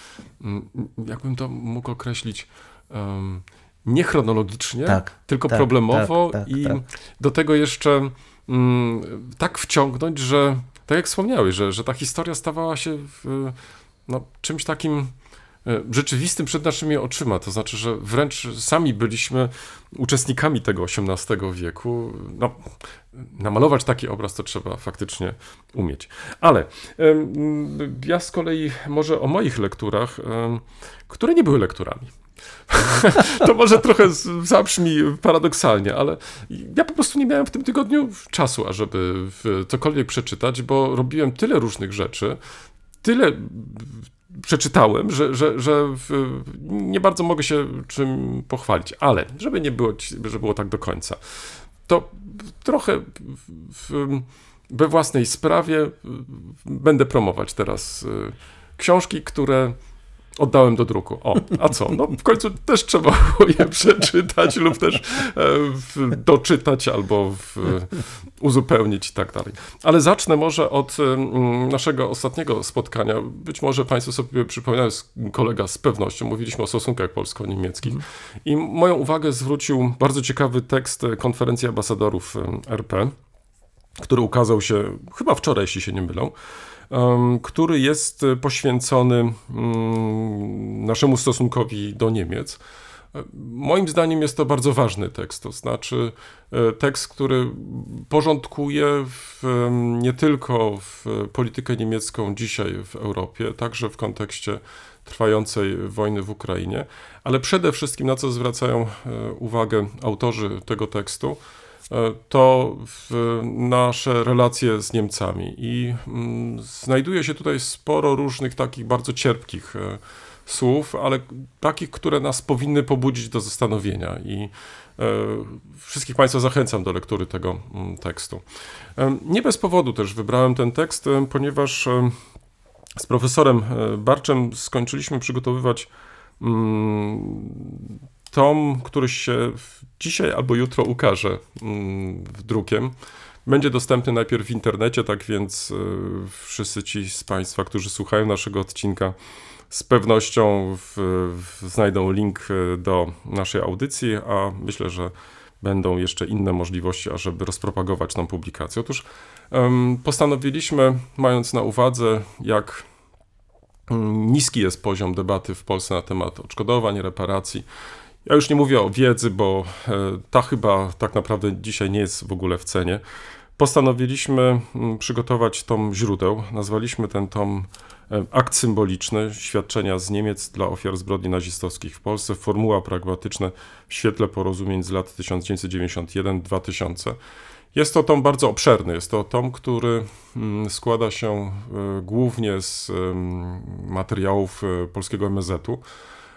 jakbym to mógł określić, um, nie chronologicznie, tak, tylko tak, problemowo tak, tak, i tak. do tego jeszcze um, tak wciągnąć, że tak jak wspomniałeś, że, że ta historia stawała się w, no, czymś takim rzeczywistym przed naszymi oczyma, to znaczy, że wręcz sami byliśmy uczestnikami tego osiemnastego wieku. No, namalować taki obraz to trzeba faktycznie umieć. Ale ja z kolei może o moich lekturach, które nie były lekturami. To może trochę zabrzmi paradoksalnie, ale ja po prostu nie miałem w tym tygodniu czasu, ażeby cokolwiek przeczytać, bo robiłem tyle różnych rzeczy, tyle przeczytałem, że, że, że nie bardzo mogę się czym pochwalić, ale żeby nie było, żeby było tak do końca, to trochę w, we własnej sprawie będę promować teraz książki, które oddałem do druku. O, a co? No w końcu też trzeba było je przeczytać lub też e, w, doczytać albo w, uzupełnić i tak dalej. Ale zacznę może od m, naszego ostatniego spotkania. Być może Państwo sobie przypominają, kolega z pewnością, mówiliśmy o stosunkach polsko-niemieckich mm. i moją uwagę zwrócił bardzo ciekawy tekst konferencji ambasadorów R P, który ukazał się chyba wczoraj, jeśli się nie mylę, który jest poświęcony naszemu stosunkowi do Niemiec. Moim zdaniem jest to bardzo ważny tekst, to znaczy tekst, który porządkuje w, nie tylko w politykę niemiecką dzisiaj w Europie, także w kontekście trwającej wojny w Ukrainie, ale przede wszystkim, na co zwracają uwagę autorzy tego tekstu, to nasze relacje z Niemcami i znajduje się tutaj sporo różnych takich bardzo cierpkich słów, ale takich, które nas powinny pobudzić do zastanowienia i wszystkich Państwa zachęcam do lektury tego tekstu. Nie bez powodu też wybrałem ten tekst, ponieważ z profesorem Barczem skończyliśmy przygotowywać tom, który się dzisiaj albo jutro ukaże w drukiem. Będzie dostępny najpierw w internecie, tak więc wszyscy ci z Państwa, którzy słuchają naszego odcinka, z pewnością w, w, znajdą link do naszej audycji, a myślę, że będą jeszcze inne możliwości, ażeby rozpropagować tą publikację. Otóż um, postanowiliśmy, mając na uwadze, jak niski jest poziom debaty w Polsce na temat odszkodowań, reparacji. Ja już nie mówię o wiedzy, bo ta chyba tak naprawdę dzisiaj nie jest w ogóle w cenie. Postanowiliśmy przygotować tom źródeł. Nazwaliśmy ten tom Akt symboliczny, świadczenia z Niemiec dla ofiar zbrodni nazistowskich w Polsce, formuła pragmatyczna w świetle porozumień z lat tysiąc dziewięćset dziewięćdziesiąt jeden do dwutysięcznego. Jest to tom bardzo obszerny, jest to tom, który składa się głównie z materiałów polskiego M S Z u.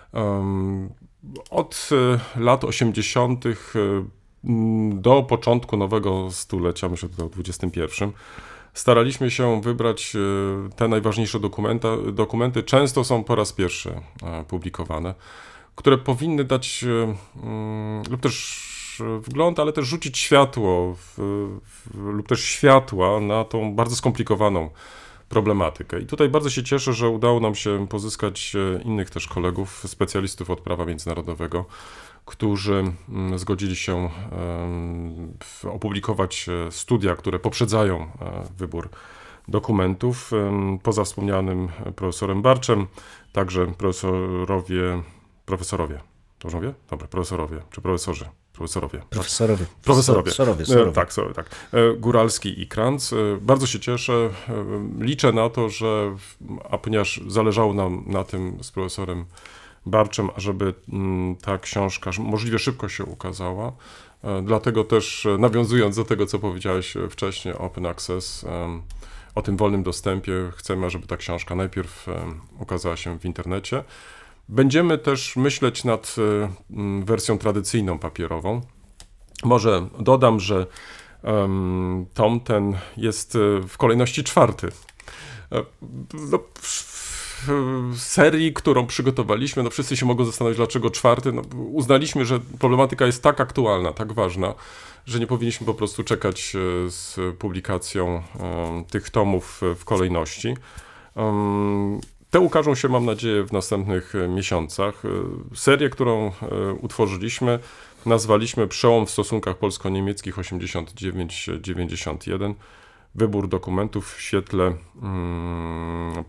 Od lat osiemdziesiątych do początku nowego stulecia, myślę tutaj o dwudziestym pierwszym, staraliśmy się wybrać te najważniejsze dokumenta, dokumenty, często są po raz pierwszy publikowane, które powinny dać lub też wgląd, ale też rzucić światło w, w, lub też światła na tą bardzo skomplikowaną problematykę. I tutaj bardzo się cieszę, że udało nam się pozyskać innych też kolegów, specjalistów od prawa międzynarodowego, którzy zgodzili się opublikować studia, które poprzedzają wybór dokumentów. Poza wspomnianym profesorem Barczem, także profesorowie, profesorowie, dobrze mówię? Dobra, profesorowie, czy profesorzy? Profesorowie. Profesorowie. Tak. Profesorowie. Profesorowie, sorowie. Tak, sorry, tak. Góralski i Kranz. Bardzo się cieszę. Liczę na to, że, a ponieważ zależało nam na tym z profesorem Barczem, ażeby ta książka możliwie szybko się ukazała. Dlatego też, nawiązując do tego, co powiedziałeś wcześniej, Open Access, o tym wolnym dostępie, chcemy, żeby ta książka najpierw ukazała się w internecie. Będziemy też myśleć nad wersją tradycyjną, papierową. Może dodam, że tom ten jest w kolejności czwarty. No, w serii, którą przygotowaliśmy, no wszyscy się mogą zastanowić, dlaczego czwarty. No, uznaliśmy, że problematyka jest tak aktualna, tak ważna, że nie powinniśmy po prostu czekać z publikacją tych tomów w kolejności. Te ukażą się, mam nadzieję, w następnych miesiącach. Serię, którą utworzyliśmy, nazwaliśmy Przełom w stosunkach polsko-niemieckich osiemdziesiąt dziewięć dziewięćdziesiąt jeden. Wybór dokumentów w świetle hmm,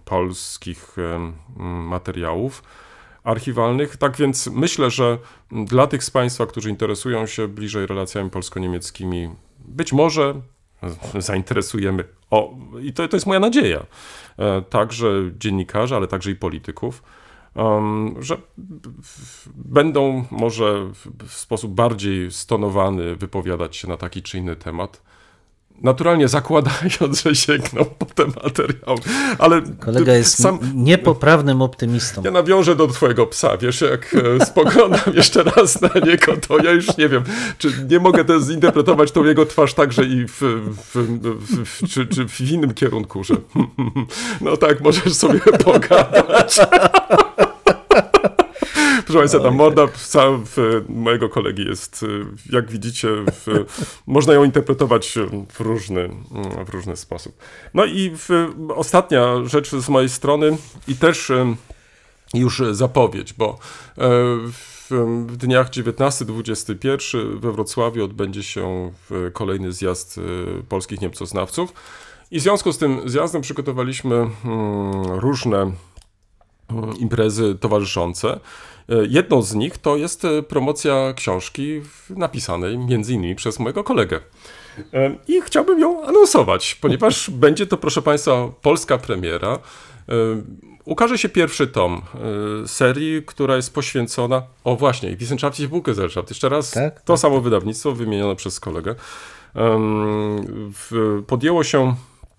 polskich materiałów archiwalnych. Tak więc myślę, że dla tych z Państwa, którzy interesują się bliżej relacjami polsko-niemieckimi, być może zainteresujemy, o, i to, to jest moja nadzieja, także dziennikarzy, ale także i polityków, um, że będą może w sposób bardziej stonowany wypowiadać się na taki czy inny temat. Naturalnie zakładając, że sięgną po te materiały, ale... Kolega jest sam... niepoprawnym optymistą. Ja nawiążę do twojego psa, wiesz, jak spoglądam jeszcze raz na niego, to ja już nie wiem, czy nie mogę też zinterpretować tą jego twarz także i w, w, w, w, czy, czy w innym kierunku, że no tak, możesz sobie pogadać. Proszę Państwa, ta morda psa w mojego kolegi jest, jak widzicie, w, można ją interpretować w różny, w różny sposób. No i w, ostatnia rzecz z mojej strony i też już zapowiedź, bo w, w dniach dziewiętnastego do dwudziestego pierwszego we Wrocławiu odbędzie się kolejny zjazd polskich niemcoznawców i w związku z tym zjazdem przygotowaliśmy różne imprezy towarzyszące. Jedną z nich to jest promocja książki napisanej między innymi przez mojego kolegę. I chciałbym ją anonsować, ponieważ będzie to, proszę Państwa, polska premiera. Ukaże się pierwszy tom serii, która jest poświęcona, o właśnie, Wissenschaftliche Buchgesellschaft, jeszcze raz tak, to tak. samo wydawnictwo wymienione przez kolegę. Podjęło się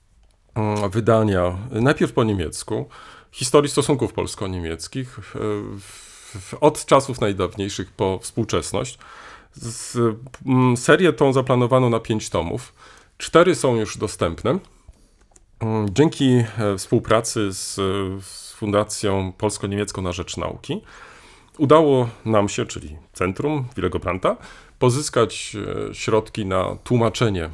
wydania najpierw po niemiecku, historii stosunków polsko-niemieckich od czasów najdawniejszych po współczesność. Z, m, serię tą zaplanowano na pięć tomów. Cztery są już dostępne. Dzięki współpracy z, z Fundacją Polsko-Niemiecką na Rzecz Nauki udało nam się, czyli Centrum Willego Brandta, pozyskać środki na tłumaczenie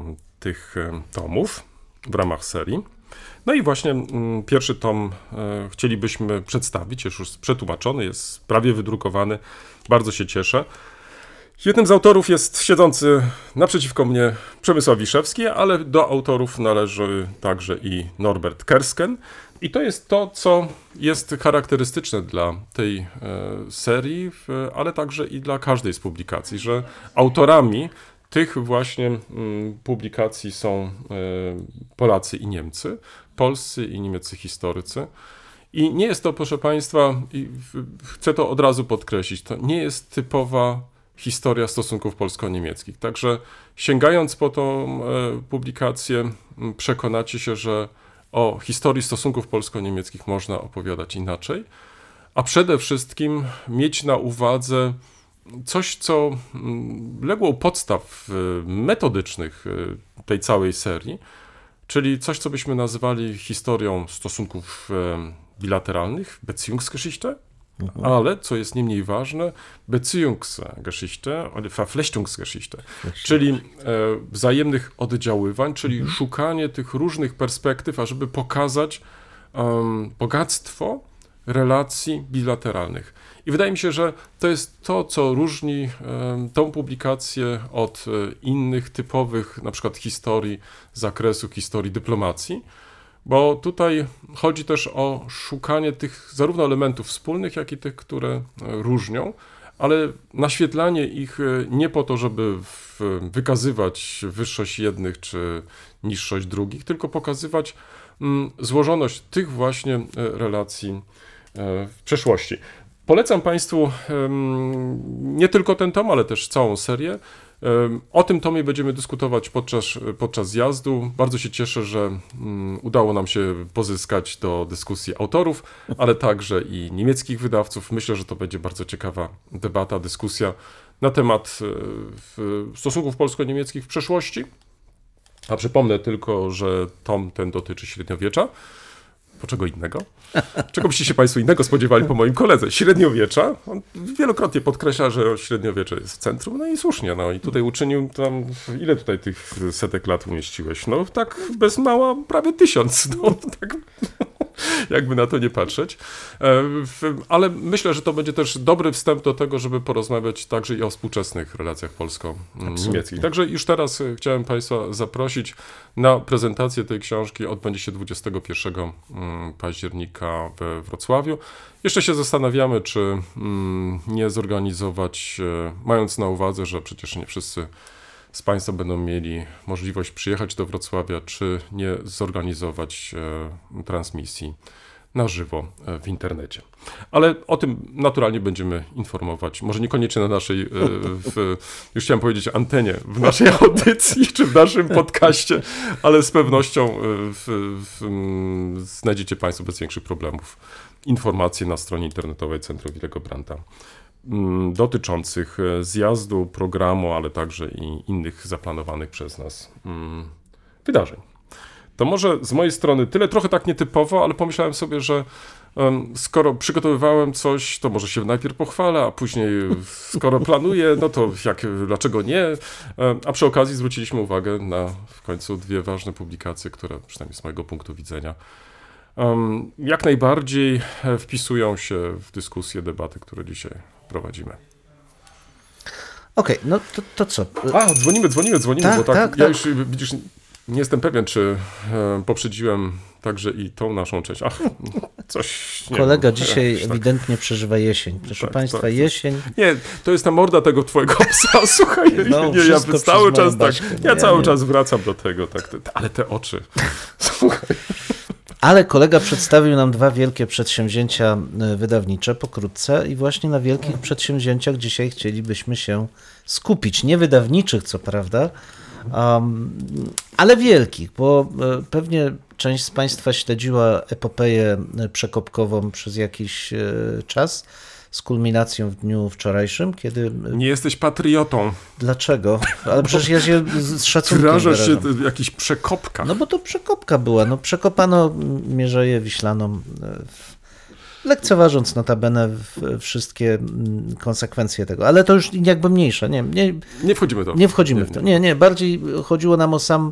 tych tomów w ramach serii. No i właśnie m, pierwszy tom e, chcielibyśmy przedstawić, jest już przetłumaczony, jest prawie wydrukowany, bardzo się cieszę. Jednym z autorów jest siedzący naprzeciwko mnie Przemysław Wiszewski, ale do autorów należy także i Norbert Kersken. I to jest to, co jest charakterystyczne dla tej e, serii, w, ale także i dla każdej z publikacji, że autorami tych właśnie m, publikacji są e, Polacy i Niemcy, polscy i niemieccy historycy. I nie jest to, proszę Państwa, i chcę to od razu podkreślić, to nie jest typowa historia stosunków polsko-niemieckich. Także sięgając po tą e, publikację, przekonacie się, że o historii stosunków polsko-niemieckich można opowiadać inaczej, a przede wszystkim mieć na uwadze coś, co legło u podstaw metodycznych tej całej serii, czyli coś, co byśmy nazywali historią stosunków bilateralnych, Beziehungsgeschichte, mhm. ale, co jest nie mniej ważne, Beziehungsgeschichte oder Verflechtungsgeschichte, czyli e, wzajemnych oddziaływań, czyli mhm. szukanie tych różnych perspektyw, ażeby pokazać um, bogactwo relacji bilateralnych. I wydaje mi się, że to jest to, co różni e, tą publikację od e, innych typowych, na przykład historii z zakresu historii dyplomacji, bo tutaj chodzi też o szukanie tych zarówno elementów wspólnych, jak i tych, które różnią, ale naświetlanie ich nie po to, żeby w, wykazywać wyższość jednych czy niższość drugich, tylko pokazywać mm, złożoność tych właśnie relacji w przeszłości. Polecam Państwu nie tylko ten tom, ale też całą serię. O tym tomie będziemy dyskutować podczas, podczas zjazdu. Bardzo się cieszę, że udało nam się pozyskać do dyskusji autorów, ale także i niemieckich wydawców. Myślę, że to będzie bardzo ciekawa debata, dyskusja na temat stosunków polsko-niemieckich w przeszłości. A przypomnę tylko, że tom ten dotyczy średniowiecza. Po czego innego? Czego byście się Państwo innego spodziewali po moim koledze? Średniowiecza. On wielokrotnie podkreśla, że średniowiecze jest w centrum. No i słusznie. No i tutaj uczynił tam, ile tutaj tych setek lat umieściłeś? No tak bez mała prawie tysiąc. No tak. jakby na to nie patrzeć. Ale myślę, że to będzie też dobry wstęp do tego, żeby porozmawiać także i o współczesnych relacjach polsko-niemieckich. Także już teraz chciałem Państwa zaprosić na prezentację tej książki. Odbędzie się dwudziestego pierwszego października we Wrocławiu. Jeszcze się zastanawiamy, czy nie zorganizować, mając na uwadze, że przecież nie wszyscy z Państwa będą mieli możliwość przyjechać do Wrocławia, czy nie zorganizować transmisji na żywo w internecie. Ale o tym naturalnie będziemy informować, może niekoniecznie na naszej, w, już chciałem powiedzieć antenie, w naszej audycji, czy w naszym podcaście, ale z pewnością w, w, znajdziecie Państwo bez większych problemów informacje na stronie internetowej Centrum Willego Brandta dotyczących zjazdu, programu, ale także i innych zaplanowanych przez nas wydarzeń. To może z mojej strony tyle, trochę tak nietypowo, ale pomyślałem sobie, że um, skoro przygotowywałem coś, to może się najpierw pochwalę, a później skoro planuję, no to jak, dlaczego nie? Um, a przy okazji zwróciliśmy uwagę na w końcu dwie ważne publikacje, które przynajmniej z mojego punktu widzenia um, jak najbardziej wpisują się w dyskusję, debaty, które dzisiaj prowadzimy. Okej, okay, no to, to co? A, dzwonimy, dzwonimy, dzwonimy, tak, bo tak, tak, ja tak. już, widzisz, nie jestem pewien, czy e, poprzedziłem także i tą naszą część. Ach, coś... Nie Kolega wiem, dzisiaj jakoś ewidentnie tak przeżywa jesień. Proszę tak, Państwa, tak. jesień... Nie, to jest ta morda tego twojego psa, słuchaj, No, nie, ja wszystko cały przez czas moją tak, Baśkę, ja nie, cały nie. czas wracam do tego, tak, te, ale te oczy, słuchaj. Ale kolega przedstawił nam dwa wielkie przedsięwzięcia wydawnicze pokrótce i właśnie na wielkich przedsięwzięciach dzisiaj chcielibyśmy się skupić. Nie wydawniczych, co prawda, um, ale wielkich, bo pewnie część z Państwa śledziła epopeję przekopkową przez jakiś czas, z kulminacją w dniu wczorajszym, kiedy... Nie jesteś patriotą. Dlaczego? Ale przecież ja się z szacunkiem Wyrażasz się wyrażam. w jakichś przekopkach. No bo to przekopka była. No, przekopano Mierzeję Wiślaną, lekceważąc notabene wszystkie konsekwencje tego. Ale to już jakby mniejsze. Nie, nie, nie wchodzimy w to. Nie wchodzimy w to. Nie, nie. Bardziej chodziło nam o sam,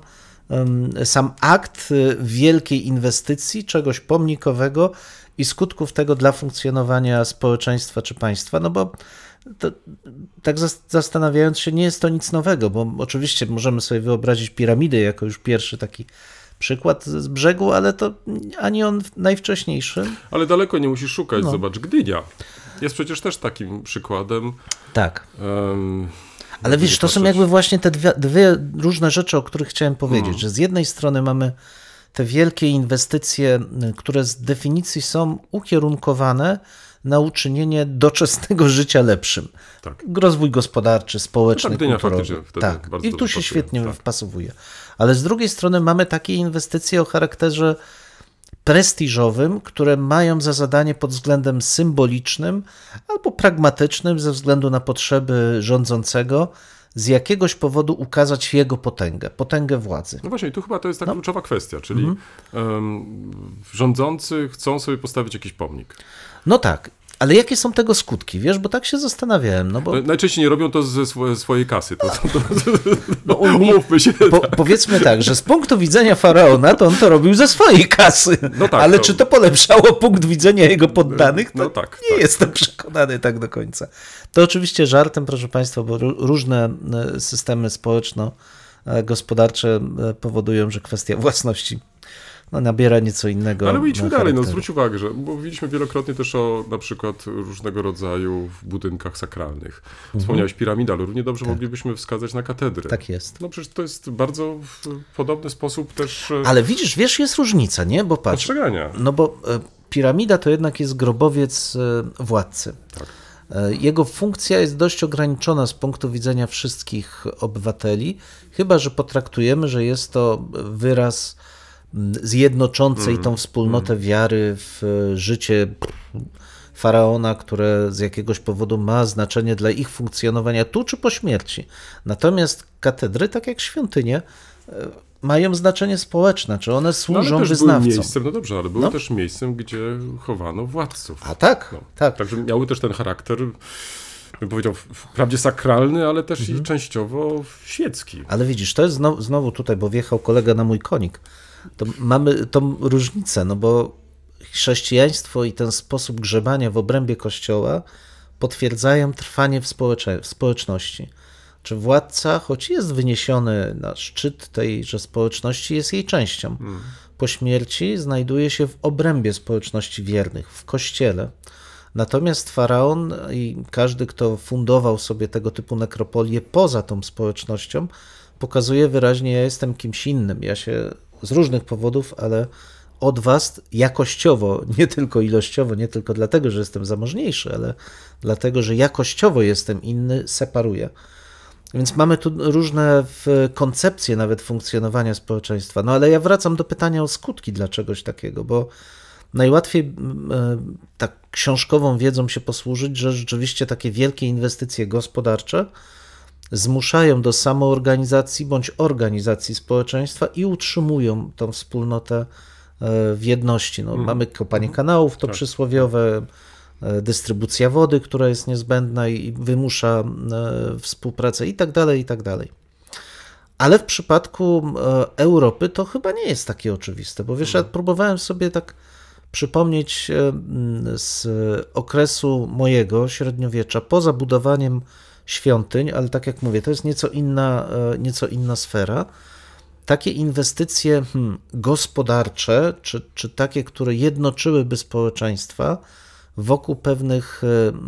sam akt wielkiej inwestycji, czegoś pomnikowego i skutków tego dla funkcjonowania społeczeństwa czy państwa. No bo to, tak zastanawiając się, nie jest to nic nowego, bo oczywiście możemy sobie wyobrazić piramidę jako już pierwszy taki przykład z brzegu, ale to ani on najwcześniejszy. Ale daleko nie musisz szukać. No. Zobacz, Gdynia jest przecież też takim przykładem. Tak. Um, ale wiesz, to są jakby właśnie te dwie, dwie różne rzeczy, o których chciałem powiedzieć, hmm. że z jednej strony mamy te wielkie inwestycje, które z definicji są ukierunkowane na uczynienie doczesnego życia lepszym. Tak. Rozwój gospodarczy, społeczny, no tak, kulturowy. Tak, i tu się świetnie tak. wpasowuje. Ale z drugiej strony mamy takie inwestycje o charakterze prestiżowym, które mają za zadanie pod względem symbolicznym albo pragmatycznym ze względu na potrzeby rządzącego z jakiegoś powodu ukazać jego potęgę, potęgę władzy. No właśnie, tu chyba to jest ta no. kluczowa kwestia, czyli mhm. um, rządzący chcą sobie postawić jakiś pomnik. No tak, ale jakie są tego skutki, wiesz, bo tak się zastanawiałem. No bo... Najczęściej nie robią to ze sw- swojej kasy. To, to, to, no, umówmy się. Po, powiedzmy tak, że z punktu widzenia faraona to on to robił ze swojej kasy, no tak, ale to... czy to polepszało punkt widzenia jego poddanych, to no tak, nie tak. jestem przekonany tak do końca. To oczywiście żartem, proszę Państwa, bo różne systemy społeczno-gospodarcze powodują, że kwestia własności no, nabiera nieco innego. Ale idźmy dalej, charakteru. no zwróć uwagę, że mówiliśmy wielokrotnie też o na przykład różnego rodzaju budynkach sakralnych. Wspomniałeś piramidę, ale równie dobrze tak. moglibyśmy wskazać na katedry. Tak jest. No przecież to jest bardzo w podobny sposób też... Ale widzisz, wiesz, jest różnica, nie? Bo patrz, postrzegania. No bo piramida to jednak jest grobowiec władcy. Tak. Jego funkcja jest dość ograniczona z punktu widzenia wszystkich obywateli, chyba że potraktujemy, że jest to wyraz zjednoczącej mm, tą wspólnotę mm. wiary w życie faraona, które z jakiegoś powodu ma znaczenie dla ich funkcjonowania tu czy po śmierci. Natomiast katedry, tak jak świątynie, mają znaczenie społeczne, czy one służą no, ale też wyznawcom. Były miejscem, no dobrze, ale były no. też miejscem, gdzie chowano władców. A tak, no. tak. Także miały też ten charakter, bym powiedział, wprawdzie sakralny, ale też mhm. i częściowo świecki. Ale widzisz, to jest znowu, znowu tutaj, bo wjechał kolega na mój konik, to mamy tą różnicę, no bo chrześcijaństwo i ten sposób grzebania w obrębie Kościoła potwierdzają trwanie w, społecze- w społeczności. Czy władca, choć jest wyniesiony na szczyt tejże społeczności, jest jej częścią. Hmm. Po śmierci znajduje się w obrębie społeczności wiernych, w Kościele. Natomiast faraon i każdy, kto fundował sobie tego typu nekropolię poza tą społecznością, pokazuje wyraźnie, ja jestem kimś innym. Ja się z różnych powodów, ale od was jakościowo, nie tylko ilościowo, nie tylko dlatego, że jestem zamożniejszy, ale dlatego, że jakościowo jestem inny, separuję. Więc mamy tu różne koncepcje nawet funkcjonowania społeczeństwa. No ale ja wracam do pytania o skutki dla czegoś takiego, bo najłatwiej tak książkową wiedzą się posłużyć, że rzeczywiście takie wielkie inwestycje gospodarcze zmuszają do samoorganizacji bądź organizacji społeczeństwa i utrzymują tą wspólnotę w jedności. No, hmm. Mamy kopanie kanałów, to tak. przysłowiowe, dystrybucja wody, która jest niezbędna i wymusza współpracę i tak dalej, i tak dalej. Ale w przypadku Europy to chyba nie jest takie oczywiste, bo wiesz, ja próbowałem sobie tak przypomnieć z okresu mojego średniowiecza, poza budowaniem świątyń, ale tak jak mówię, to jest nieco inna, nieco inna sfera. Takie inwestycje hmm, gospodarcze, czy, czy takie, które jednoczyłyby społeczeństwa wokół pewnych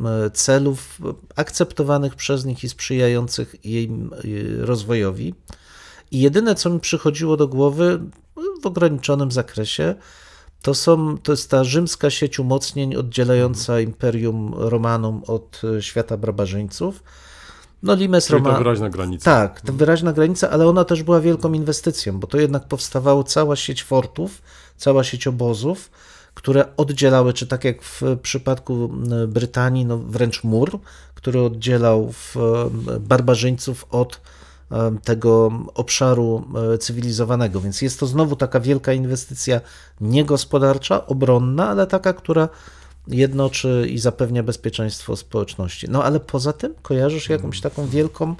celów akceptowanych przez nich i sprzyjających jej rozwojowi. I jedyne, co mi przychodziło do głowy w ograniczonym zakresie, to, są, to jest ta rzymska sieć umocnień oddzielająca Imperium Romanum od świata barbarzyńców. No, Limes Czyli Roma... to wyraźna granica. Tak, to wyraźna granica, ale ona też była wielką inwestycją, bo to jednak powstawała cała sieć fortów, cała sieć obozów, które oddzielały, czy tak jak w przypadku Brytanii, no wręcz mur, który oddzielał barbarzyńców od tego obszaru cywilizowanego. Więc jest to znowu taka wielka inwestycja niegospodarcza, obronna, ale taka, która jednoczy i zapewnia bezpieczeństwo społeczności. No ale poza tym kojarzysz jakąś taką wielką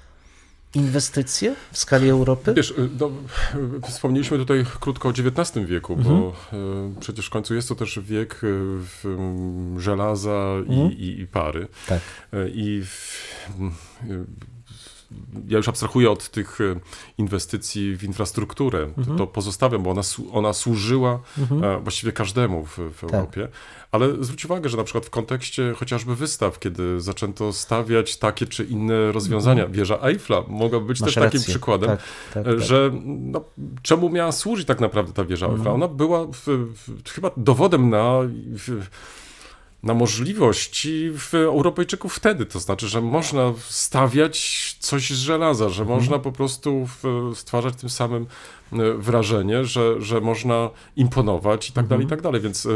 inwestycje w skali Europy? Wiesz, no, wspomnieliśmy tutaj krótko o dziewiętnastym wieku, mhm. bo y, przecież w końcu jest to też wiek y, żelaza mhm. i, i pary. Tak. Y, I w, y, ja już abstrahuję od tych inwestycji w infrastrukturę, mhm. to pozostawiam, bo ona, ona służyła mhm. właściwie każdemu w, w Europie. Tak. Ale zwróć uwagę, że na przykład w kontekście chociażby wystaw, kiedy zaczęto stawiać takie czy inne rozwiązania, mhm. wieża Eiffla mogła być Masz też rację. takim przykładem, tak, tak, tak. że no, czemu miała służyć tak naprawdę ta wieża mhm. Eiffla? Ona była w, w, chyba dowodem na... W, na możliwości Europejczyków wtedy, to znaczy, że można stawiać coś z żelaza, że mhm. można po prostu stwarzać tym samym wrażenie, że, że można imponować i tak dalej, i tak dalej, więc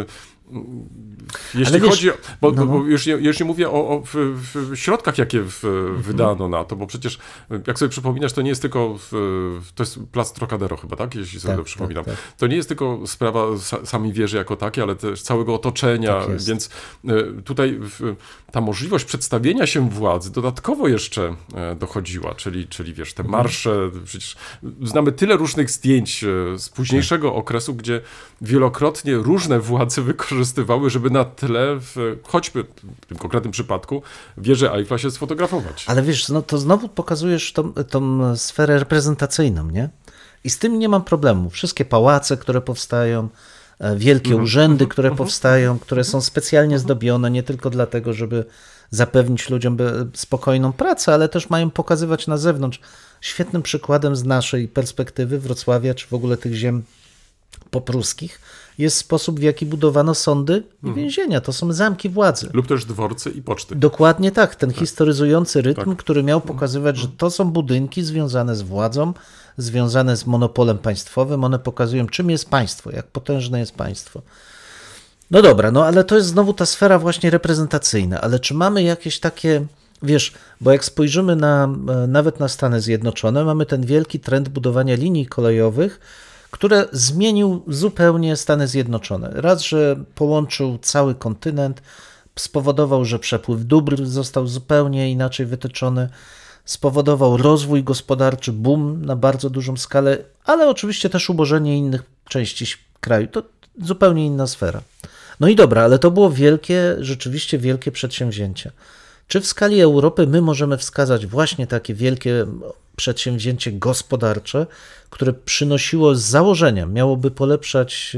jeśli wiesz, chodzi o, bo, no, bo już, nie, już nie mówię o, o w, w środkach, jakie w, mhm. wydano na to, bo przecież, jak sobie przypominasz, to nie jest tylko, w, to jest Plac Trocadero chyba, tak? Jeśli sobie tak, to przypominam. Tak, tak. To nie jest tylko sprawa sami wieży jako takiej, ale też całego otoczenia, tak więc tutaj ta możliwość przedstawienia się władzy dodatkowo jeszcze dochodziła, czyli, czyli wiesz, te marsze, przecież znamy tyle różnych zdjęć z późniejszego tak. okresu, gdzie wielokrotnie różne władze wykorzystywały, żeby na tle, w, choćby w tym konkretnym przypadku, wieży Eiffla się sfotografować. Ale wiesz, no to znowu pokazujesz tą, tą sferę reprezentacyjną, nie? I z tym nie mam problemu. Wszystkie pałace, które powstają, wielkie mm. urzędy, które mm. powstają, które są specjalnie zdobione, nie tylko dlatego, żeby zapewnić ludziom spokojną pracę, ale też mają pokazywać na zewnątrz. Świetnym przykładem z naszej perspektywy Wrocławia, czy w ogóle tych ziem popruskich, jest sposób, w jaki budowano sądy i więzienia. To są zamki władzy. Lub też dworce i poczty. Dokładnie tak. Ten tak. historyzujący rytm, tak. który miał pokazywać, że to są budynki związane z władzą, związane z monopolem państwowym. One pokazują, czym jest państwo, jak potężne jest państwo. No dobra, no ale to jest znowu ta sfera właśnie reprezentacyjna. Ale czy mamy jakieś takie, wiesz, bo jak spojrzymy na, nawet na Stany Zjednoczone, mamy ten wielki trend budowania linii kolejowych, które zmienił zupełnie Stany Zjednoczone. Raz, że połączył cały kontynent, spowodował, że przepływ dóbr został zupełnie inaczej wytyczony, spowodował rozwój gospodarczy, boom na bardzo dużą skalę, ale oczywiście też ubożenie innych części kraju. To zupełnie inna sfera. No i dobra, ale to było wielkie, rzeczywiście wielkie przedsięwzięcie. Czy w skali Europy my możemy wskazać właśnie takie wielkie przedsięwzięcie gospodarcze, które przynosiło z założenia, miałoby polepszać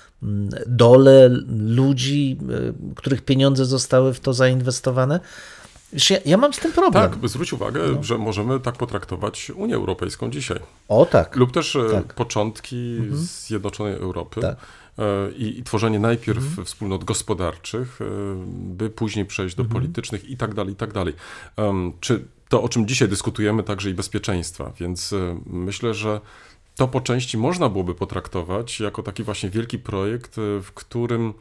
dolę ludzi, których pieniądze zostały w to zainwestowane? Wiesz, ja, ja mam z tym problem. Tak, zwróć uwagę, no. że możemy tak potraktować Unię Europejską dzisiaj. O tak. Lub też tak. początki mhm. Zjednoczonej Europy. Tak. I, I tworzenie najpierw mhm. wspólnot gospodarczych, by później przejść do mhm. politycznych i tak dalej, i tak dalej. Um, czy to, o czym dzisiaj dyskutujemy, także i bezpieczeństwa, więc myślę, że to po części można byłoby potraktować jako taki właśnie wielki projekt, w którym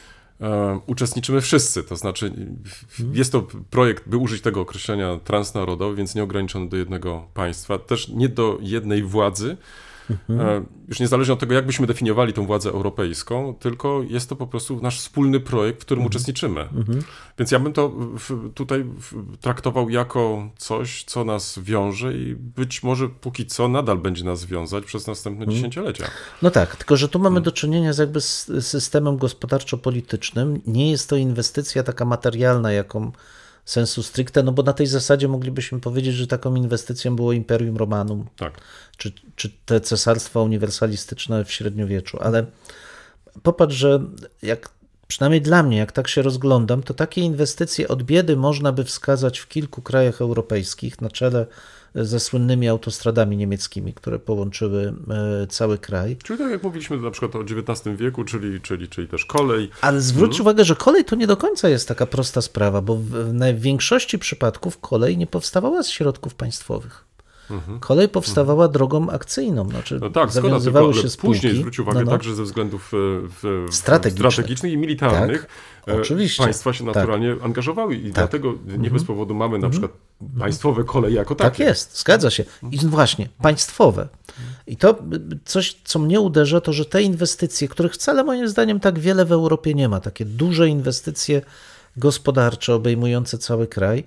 e, uczestniczymy wszyscy, to znaczy jest to projekt, by użyć tego określenia, transnarodowy, więc nie ograniczony do jednego państwa, też nie do jednej władzy, mhm. już niezależnie od tego, jak byśmy definiowali tą władzę europejską, tylko jest to po prostu nasz wspólny projekt, w którym mhm. uczestniczymy. Mhm. Więc ja bym to w, tutaj w, traktował jako coś, co nas wiąże i być może póki co nadal będzie nas wiązać przez następne mhm. dziesięciolecia. No tak, tylko że tu mamy do czynienia z jakby z systemem gospodarczo-politycznym. Nie jest to inwestycja taka materialna, jaką sensu stricte, no bo na tej zasadzie moglibyśmy powiedzieć, że taką inwestycją było Imperium Romanum, tak. czy, czy te cesarstwa uniwersalistyczne w średniowieczu, ale popatrz, że jak, przynajmniej dla mnie, jak tak się rozglądam, to takie inwestycje od biedy można by wskazać w kilku krajach europejskich, na czele ze słynnymi autostradami niemieckimi, które połączyły cały kraj. Czyli tak jak mówiliśmy na przykład o dziewiętnastym wieku, czyli, czyli, czyli też kolej. Ale zwróć hmm. uwagę, że kolej to nie do końca jest taka prosta sprawa, bo w największości przypadków kolej nie powstawała z środków państwowych. Mhm. Kolej powstawała mhm. drogą akcyjną. Znaczy no tak, zawiązywały zgoda, się spółki. Później zwróć uwagę no, no. także ze względów w, w strategicznych. strategicznych i militarnych. Tak, oczywiście. Państwa się naturalnie tak. angażowały i tak. dlatego nie mhm. bez powodu mamy na mhm. przykład państwowe koleje jako takie. Tak jest, zgadza się. I właśnie, państwowe. I to coś, co mnie uderza, to że te inwestycje, których wcale moim zdaniem tak wiele w Europie nie ma, takie duże inwestycje gospodarcze obejmujące cały kraj,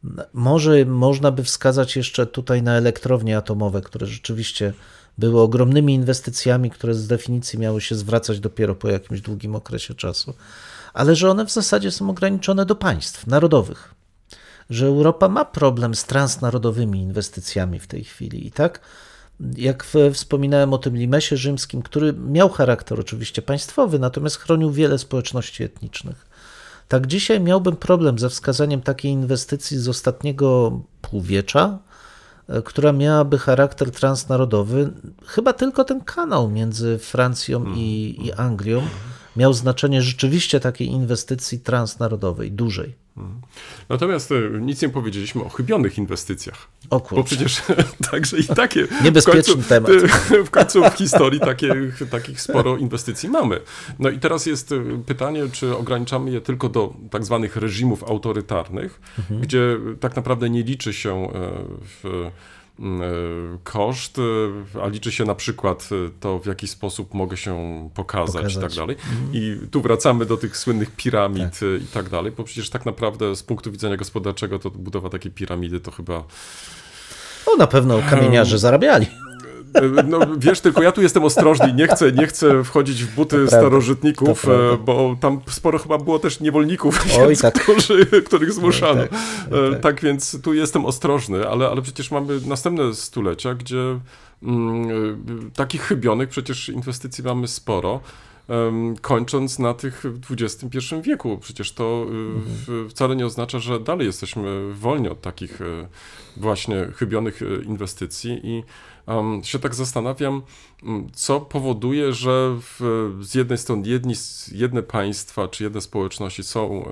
może można by wskazać jeszcze tutaj na elektrownie atomowe, które rzeczywiście były ogromnymi inwestycjami, które z definicji miały się zwracać dopiero po jakimś długim okresie czasu, ale że one w zasadzie są ograniczone do państw narodowych, że Europa ma problem z transnarodowymi inwestycjami w tej chwili i tak jak wspominałem o tym limesie rzymskim, który miał charakter oczywiście państwowy, natomiast chronił wiele społeczności etnicznych. Tak dzisiaj miałbym problem ze wskazaniem takiej inwestycji z ostatniego półwiecza, która miałaby charakter transnarodowy. Chyba tylko ten kanał między Francją i, i Anglią miał znaczenie rzeczywiście takiej inwestycji transnarodowej, dużej. Natomiast nic nie powiedzieliśmy o chybionych inwestycjach. O kurczę. Bo przecież także i takie niebezpieczny w końcu, temat. W końcu w historii takie, takich sporo inwestycji mamy. No i teraz jest pytanie, czy ograniczamy je tylko do tak zwanych reżimów autorytarnych, mhm. gdzie tak naprawdę nie liczy się w koszt, a liczy się na przykład to, w jaki sposób mogę się pokazać, pokazać. i tak dalej. Mhm. I tu wracamy do tych słynnych piramid tak. i tak dalej, bo przecież tak naprawdę z punktu widzenia gospodarczego to budowa takiej piramidy to chyba... No na pewno kamieniarze um... zarabiali. No wiesz, tylko ja tu jestem ostrożny i nie chcę, nie chcę wchodzić w buty to starożytników, bo tam sporo chyba było też niewolników, Oj, więc, tak. którzy, których zmuszano. Oj, tak, Oj, tak. tak więc tu jestem ostrożny, ale, ale przecież mamy następne stulecia, gdzie mm, takich chybionych przecież inwestycji mamy sporo. Kończąc na tych w dwudziestym pierwszym wieku. Przecież to mhm. wcale nie oznacza, że dalej jesteśmy wolni od takich właśnie chybionych inwestycji i um, się tak zastanawiam, co powoduje, że w, z jednej strony jedni, jedne państwa czy jedne społeczności są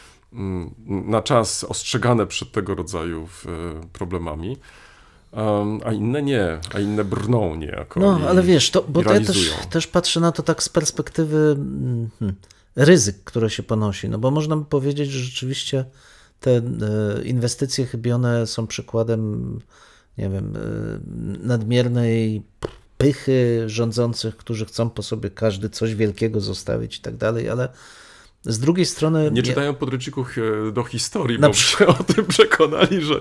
na czas ostrzegane przed tego rodzaju problemami, Um, a inne nie, a inne brną niejako. No, i, ale wiesz, to, bo ja też, też patrzę na to tak z perspektywy hmm, ryzyk, które się ponosi, no bo można by powiedzieć, że rzeczywiście te e, inwestycje chybione są przykładem, nie wiem, e, nadmiernej pychy rządzących, którzy chcą po sobie każdy coś wielkiego zostawić i tak dalej, ale z drugiej strony... Nie czytają podręczników do historii, bo się o tym przekonali, że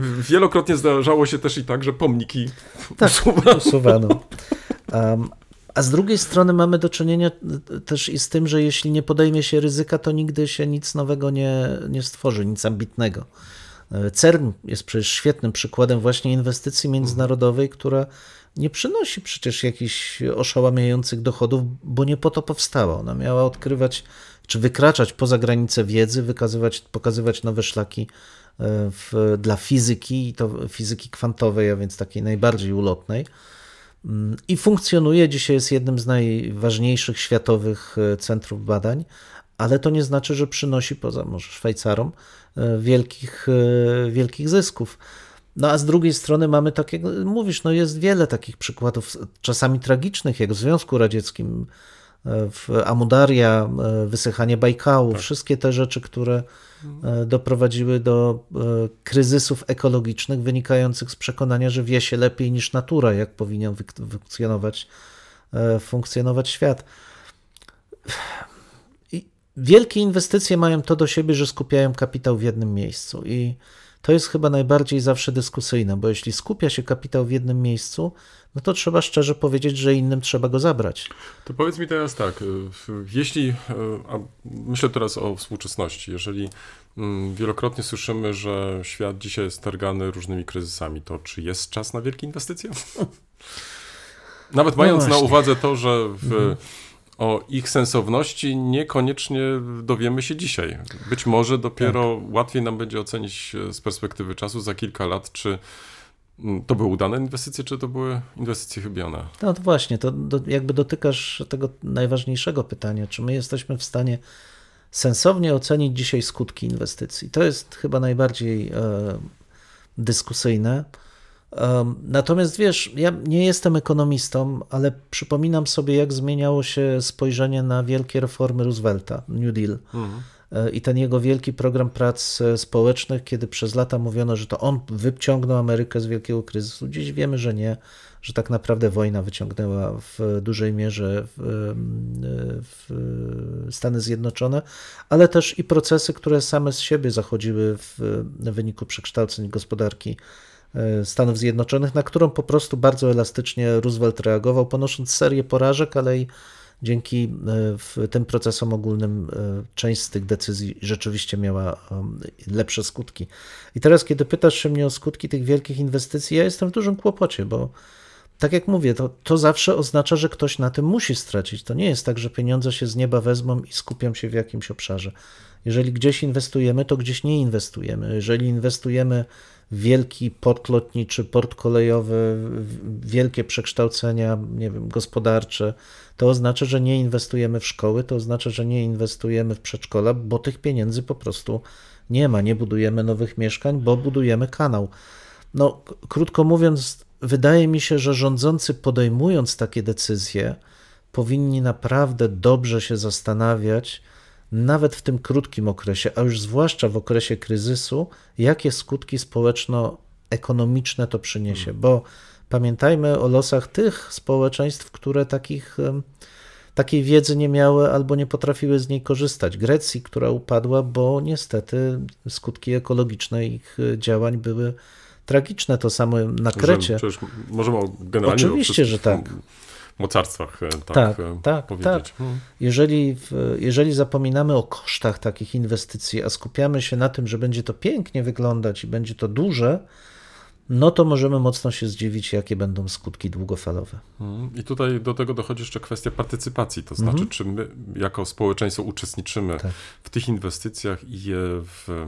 wielokrotnie zdarzało się też i tak, że pomniki tak, usuwano. usuwano. Um, A z drugiej strony mamy do czynienia też i z tym, że jeśli nie podejmie się ryzyka, to nigdy się nic nowego nie, nie stworzy, nic ambitnego. CERN jest przecież świetnym przykładem właśnie inwestycji międzynarodowej, która nie przynosi przecież jakichś oszałamiających dochodów, bo nie po to powstała. Ona miała odkrywać, czy wykraczać poza granice wiedzy, wykazywać, pokazywać nowe szlaki w, dla fizyki, i to fizyki kwantowej, a więc takiej najbardziej ulotnej. I funkcjonuje, dzisiaj jest jednym z najważniejszych światowych centrów badań, ale to nie znaczy, że przynosi, poza może Szwajcarom, wielkich, wielkich zysków. No a z drugiej strony mamy takiego, mówisz, no jest wiele takich przykładów, czasami tragicznych, jak w Związku Radzieckim, w Amudarja, wysychanie Bajkału, tak. Wszystkie te rzeczy, które doprowadziły do kryzysów ekologicznych wynikających z przekonania, że wie się lepiej niż natura, jak powinien funkcjonować, funkcjonować świat. I wielkie inwestycje mają to do siebie, że skupiają kapitał w jednym miejscu i to jest chyba najbardziej zawsze dyskusyjne, bo jeśli skupia się kapitał w jednym miejscu, no to trzeba szczerze powiedzieć, że innym trzeba go zabrać. To powiedz mi teraz tak, jeśli, a myślę teraz o współczesności, jeżeli wielokrotnie słyszymy, że świat dzisiaj jest targany różnymi kryzysami, to czy jest czas na wielkie inwestycje? Nawet mając no na uwadze to, że w, mhm. o ich sensowności niekoniecznie dowiemy się dzisiaj. Być może dopiero tak. łatwiej nam będzie ocenić z perspektywy czasu za kilka lat, czy to były udane inwestycje, czy to były inwestycje chybione? No to właśnie, to do, jakby dotykasz tego najważniejszego pytania, czy my jesteśmy w stanie sensownie ocenić dzisiaj skutki inwestycji. To jest chyba najbardziej e, dyskusyjne. E, natomiast wiesz, ja nie jestem ekonomistą, ale przypominam sobie, jak zmieniało się spojrzenie na wielkie reformy Roosevelta, New Deal. Mhm. I ten jego wielki program prac społecznych, kiedy przez lata mówiono, że to on wyciągnął Amerykę z wielkiego kryzysu. Dziś wiemy, że nie, że tak naprawdę wojna wyciągnęła w dużej mierze w, w Stany Zjednoczone, ale też i procesy, które same z siebie zachodziły w wyniku przekształceń gospodarki Stanów Zjednoczonych, na którą po prostu bardzo elastycznie Roosevelt reagował, ponosząc serię porażek, ale i dzięki tym procesom ogólnym część z tych decyzji rzeczywiście miała lepsze skutki. I teraz, kiedy pytasz się mnie o skutki tych wielkich inwestycji, ja jestem w dużym kłopocie, bo tak jak mówię, to, to zawsze oznacza, że ktoś na tym musi stracić. To nie jest tak, że pieniądze się z nieba wezmą i skupią się w jakimś obszarze. Jeżeli gdzieś inwestujemy, to gdzieś nie inwestujemy. Jeżeli inwestujemy w wielki port lotniczy, port kolejowy, wielkie przekształcenia, nie wiem, gospodarcze, to oznacza, że nie inwestujemy w szkoły, to oznacza, że nie inwestujemy w przedszkola, bo tych pieniędzy po prostu nie ma. Nie budujemy nowych mieszkań, bo budujemy kanał. No, krótko mówiąc, wydaje mi się, że rządzący, podejmując takie decyzje, powinni naprawdę dobrze się zastanawiać, nawet w tym krótkim okresie, a już zwłaszcza w okresie kryzysu, jakie skutki społeczno-ekonomiczne to przyniesie, bo pamiętajmy o losach tych społeczeństw, które takich, takiej wiedzy nie miały albo nie potrafiły z niej korzystać. Grecji, która upadła, bo niestety skutki ekologiczne ich działań były tragiczne. To samo na Krecie. Przecież możemy generalnie Oczywiście, że tak. mocarstwach tak, tak, tak powiedzieć. Tak. Jeżeli, jeżeli zapominamy o kosztach takich inwestycji, a skupiamy się na tym, że będzie to pięknie wyglądać i będzie to duże, no to możemy mocno się zdziwić, jakie będą skutki długofalowe. I tutaj do tego dochodzi jeszcze kwestia partycypacji, to znaczy, mhm. czy my jako społeczeństwo uczestniczymy tak. w tych inwestycjach i je w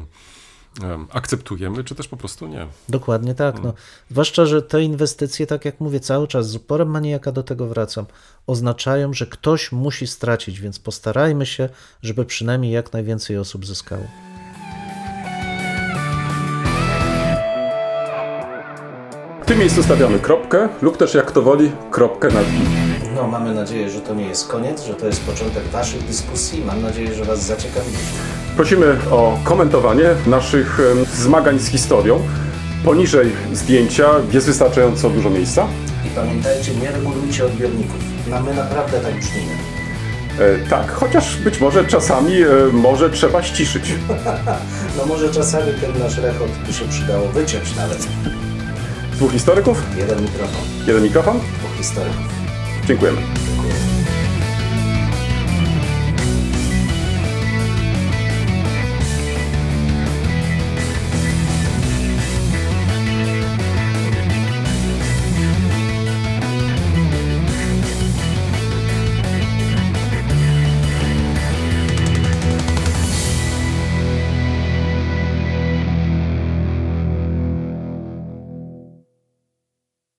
akceptujemy, czy też po prostu nie. Dokładnie tak. No. Zwłaszcza, że te inwestycje, tak jak mówię cały czas, z uporem maniaka do tego wracam, oznaczają, że ktoś musi stracić, więc postarajmy się, żeby przynajmniej jak najwięcej osób zyskało. W tym miejscu stawiamy kropkę lub też, jak kto woli, kropkę nad i. No, mamy nadzieję, że to nie jest koniec, że to jest początek waszych dyskusji. Mam nadzieję, że was zaciekawiliśmy. Prosimy o komentowanie naszych zmagań z historią. Poniżej zdjęcia jest wystarczająco dużo miejsca. I pamiętajcie, nie regulujcie odbiorników. No, my naprawdę tak brzmimy. E, tak, chociaż być może czasami e, może trzeba ściszyć. No może czasami ten nasz rechot by się przydało wyciąć nawet. Dwóch historyków? Jeden mikrofon. Jeden mikrofon? Dwóch historyków. Dziękujemy.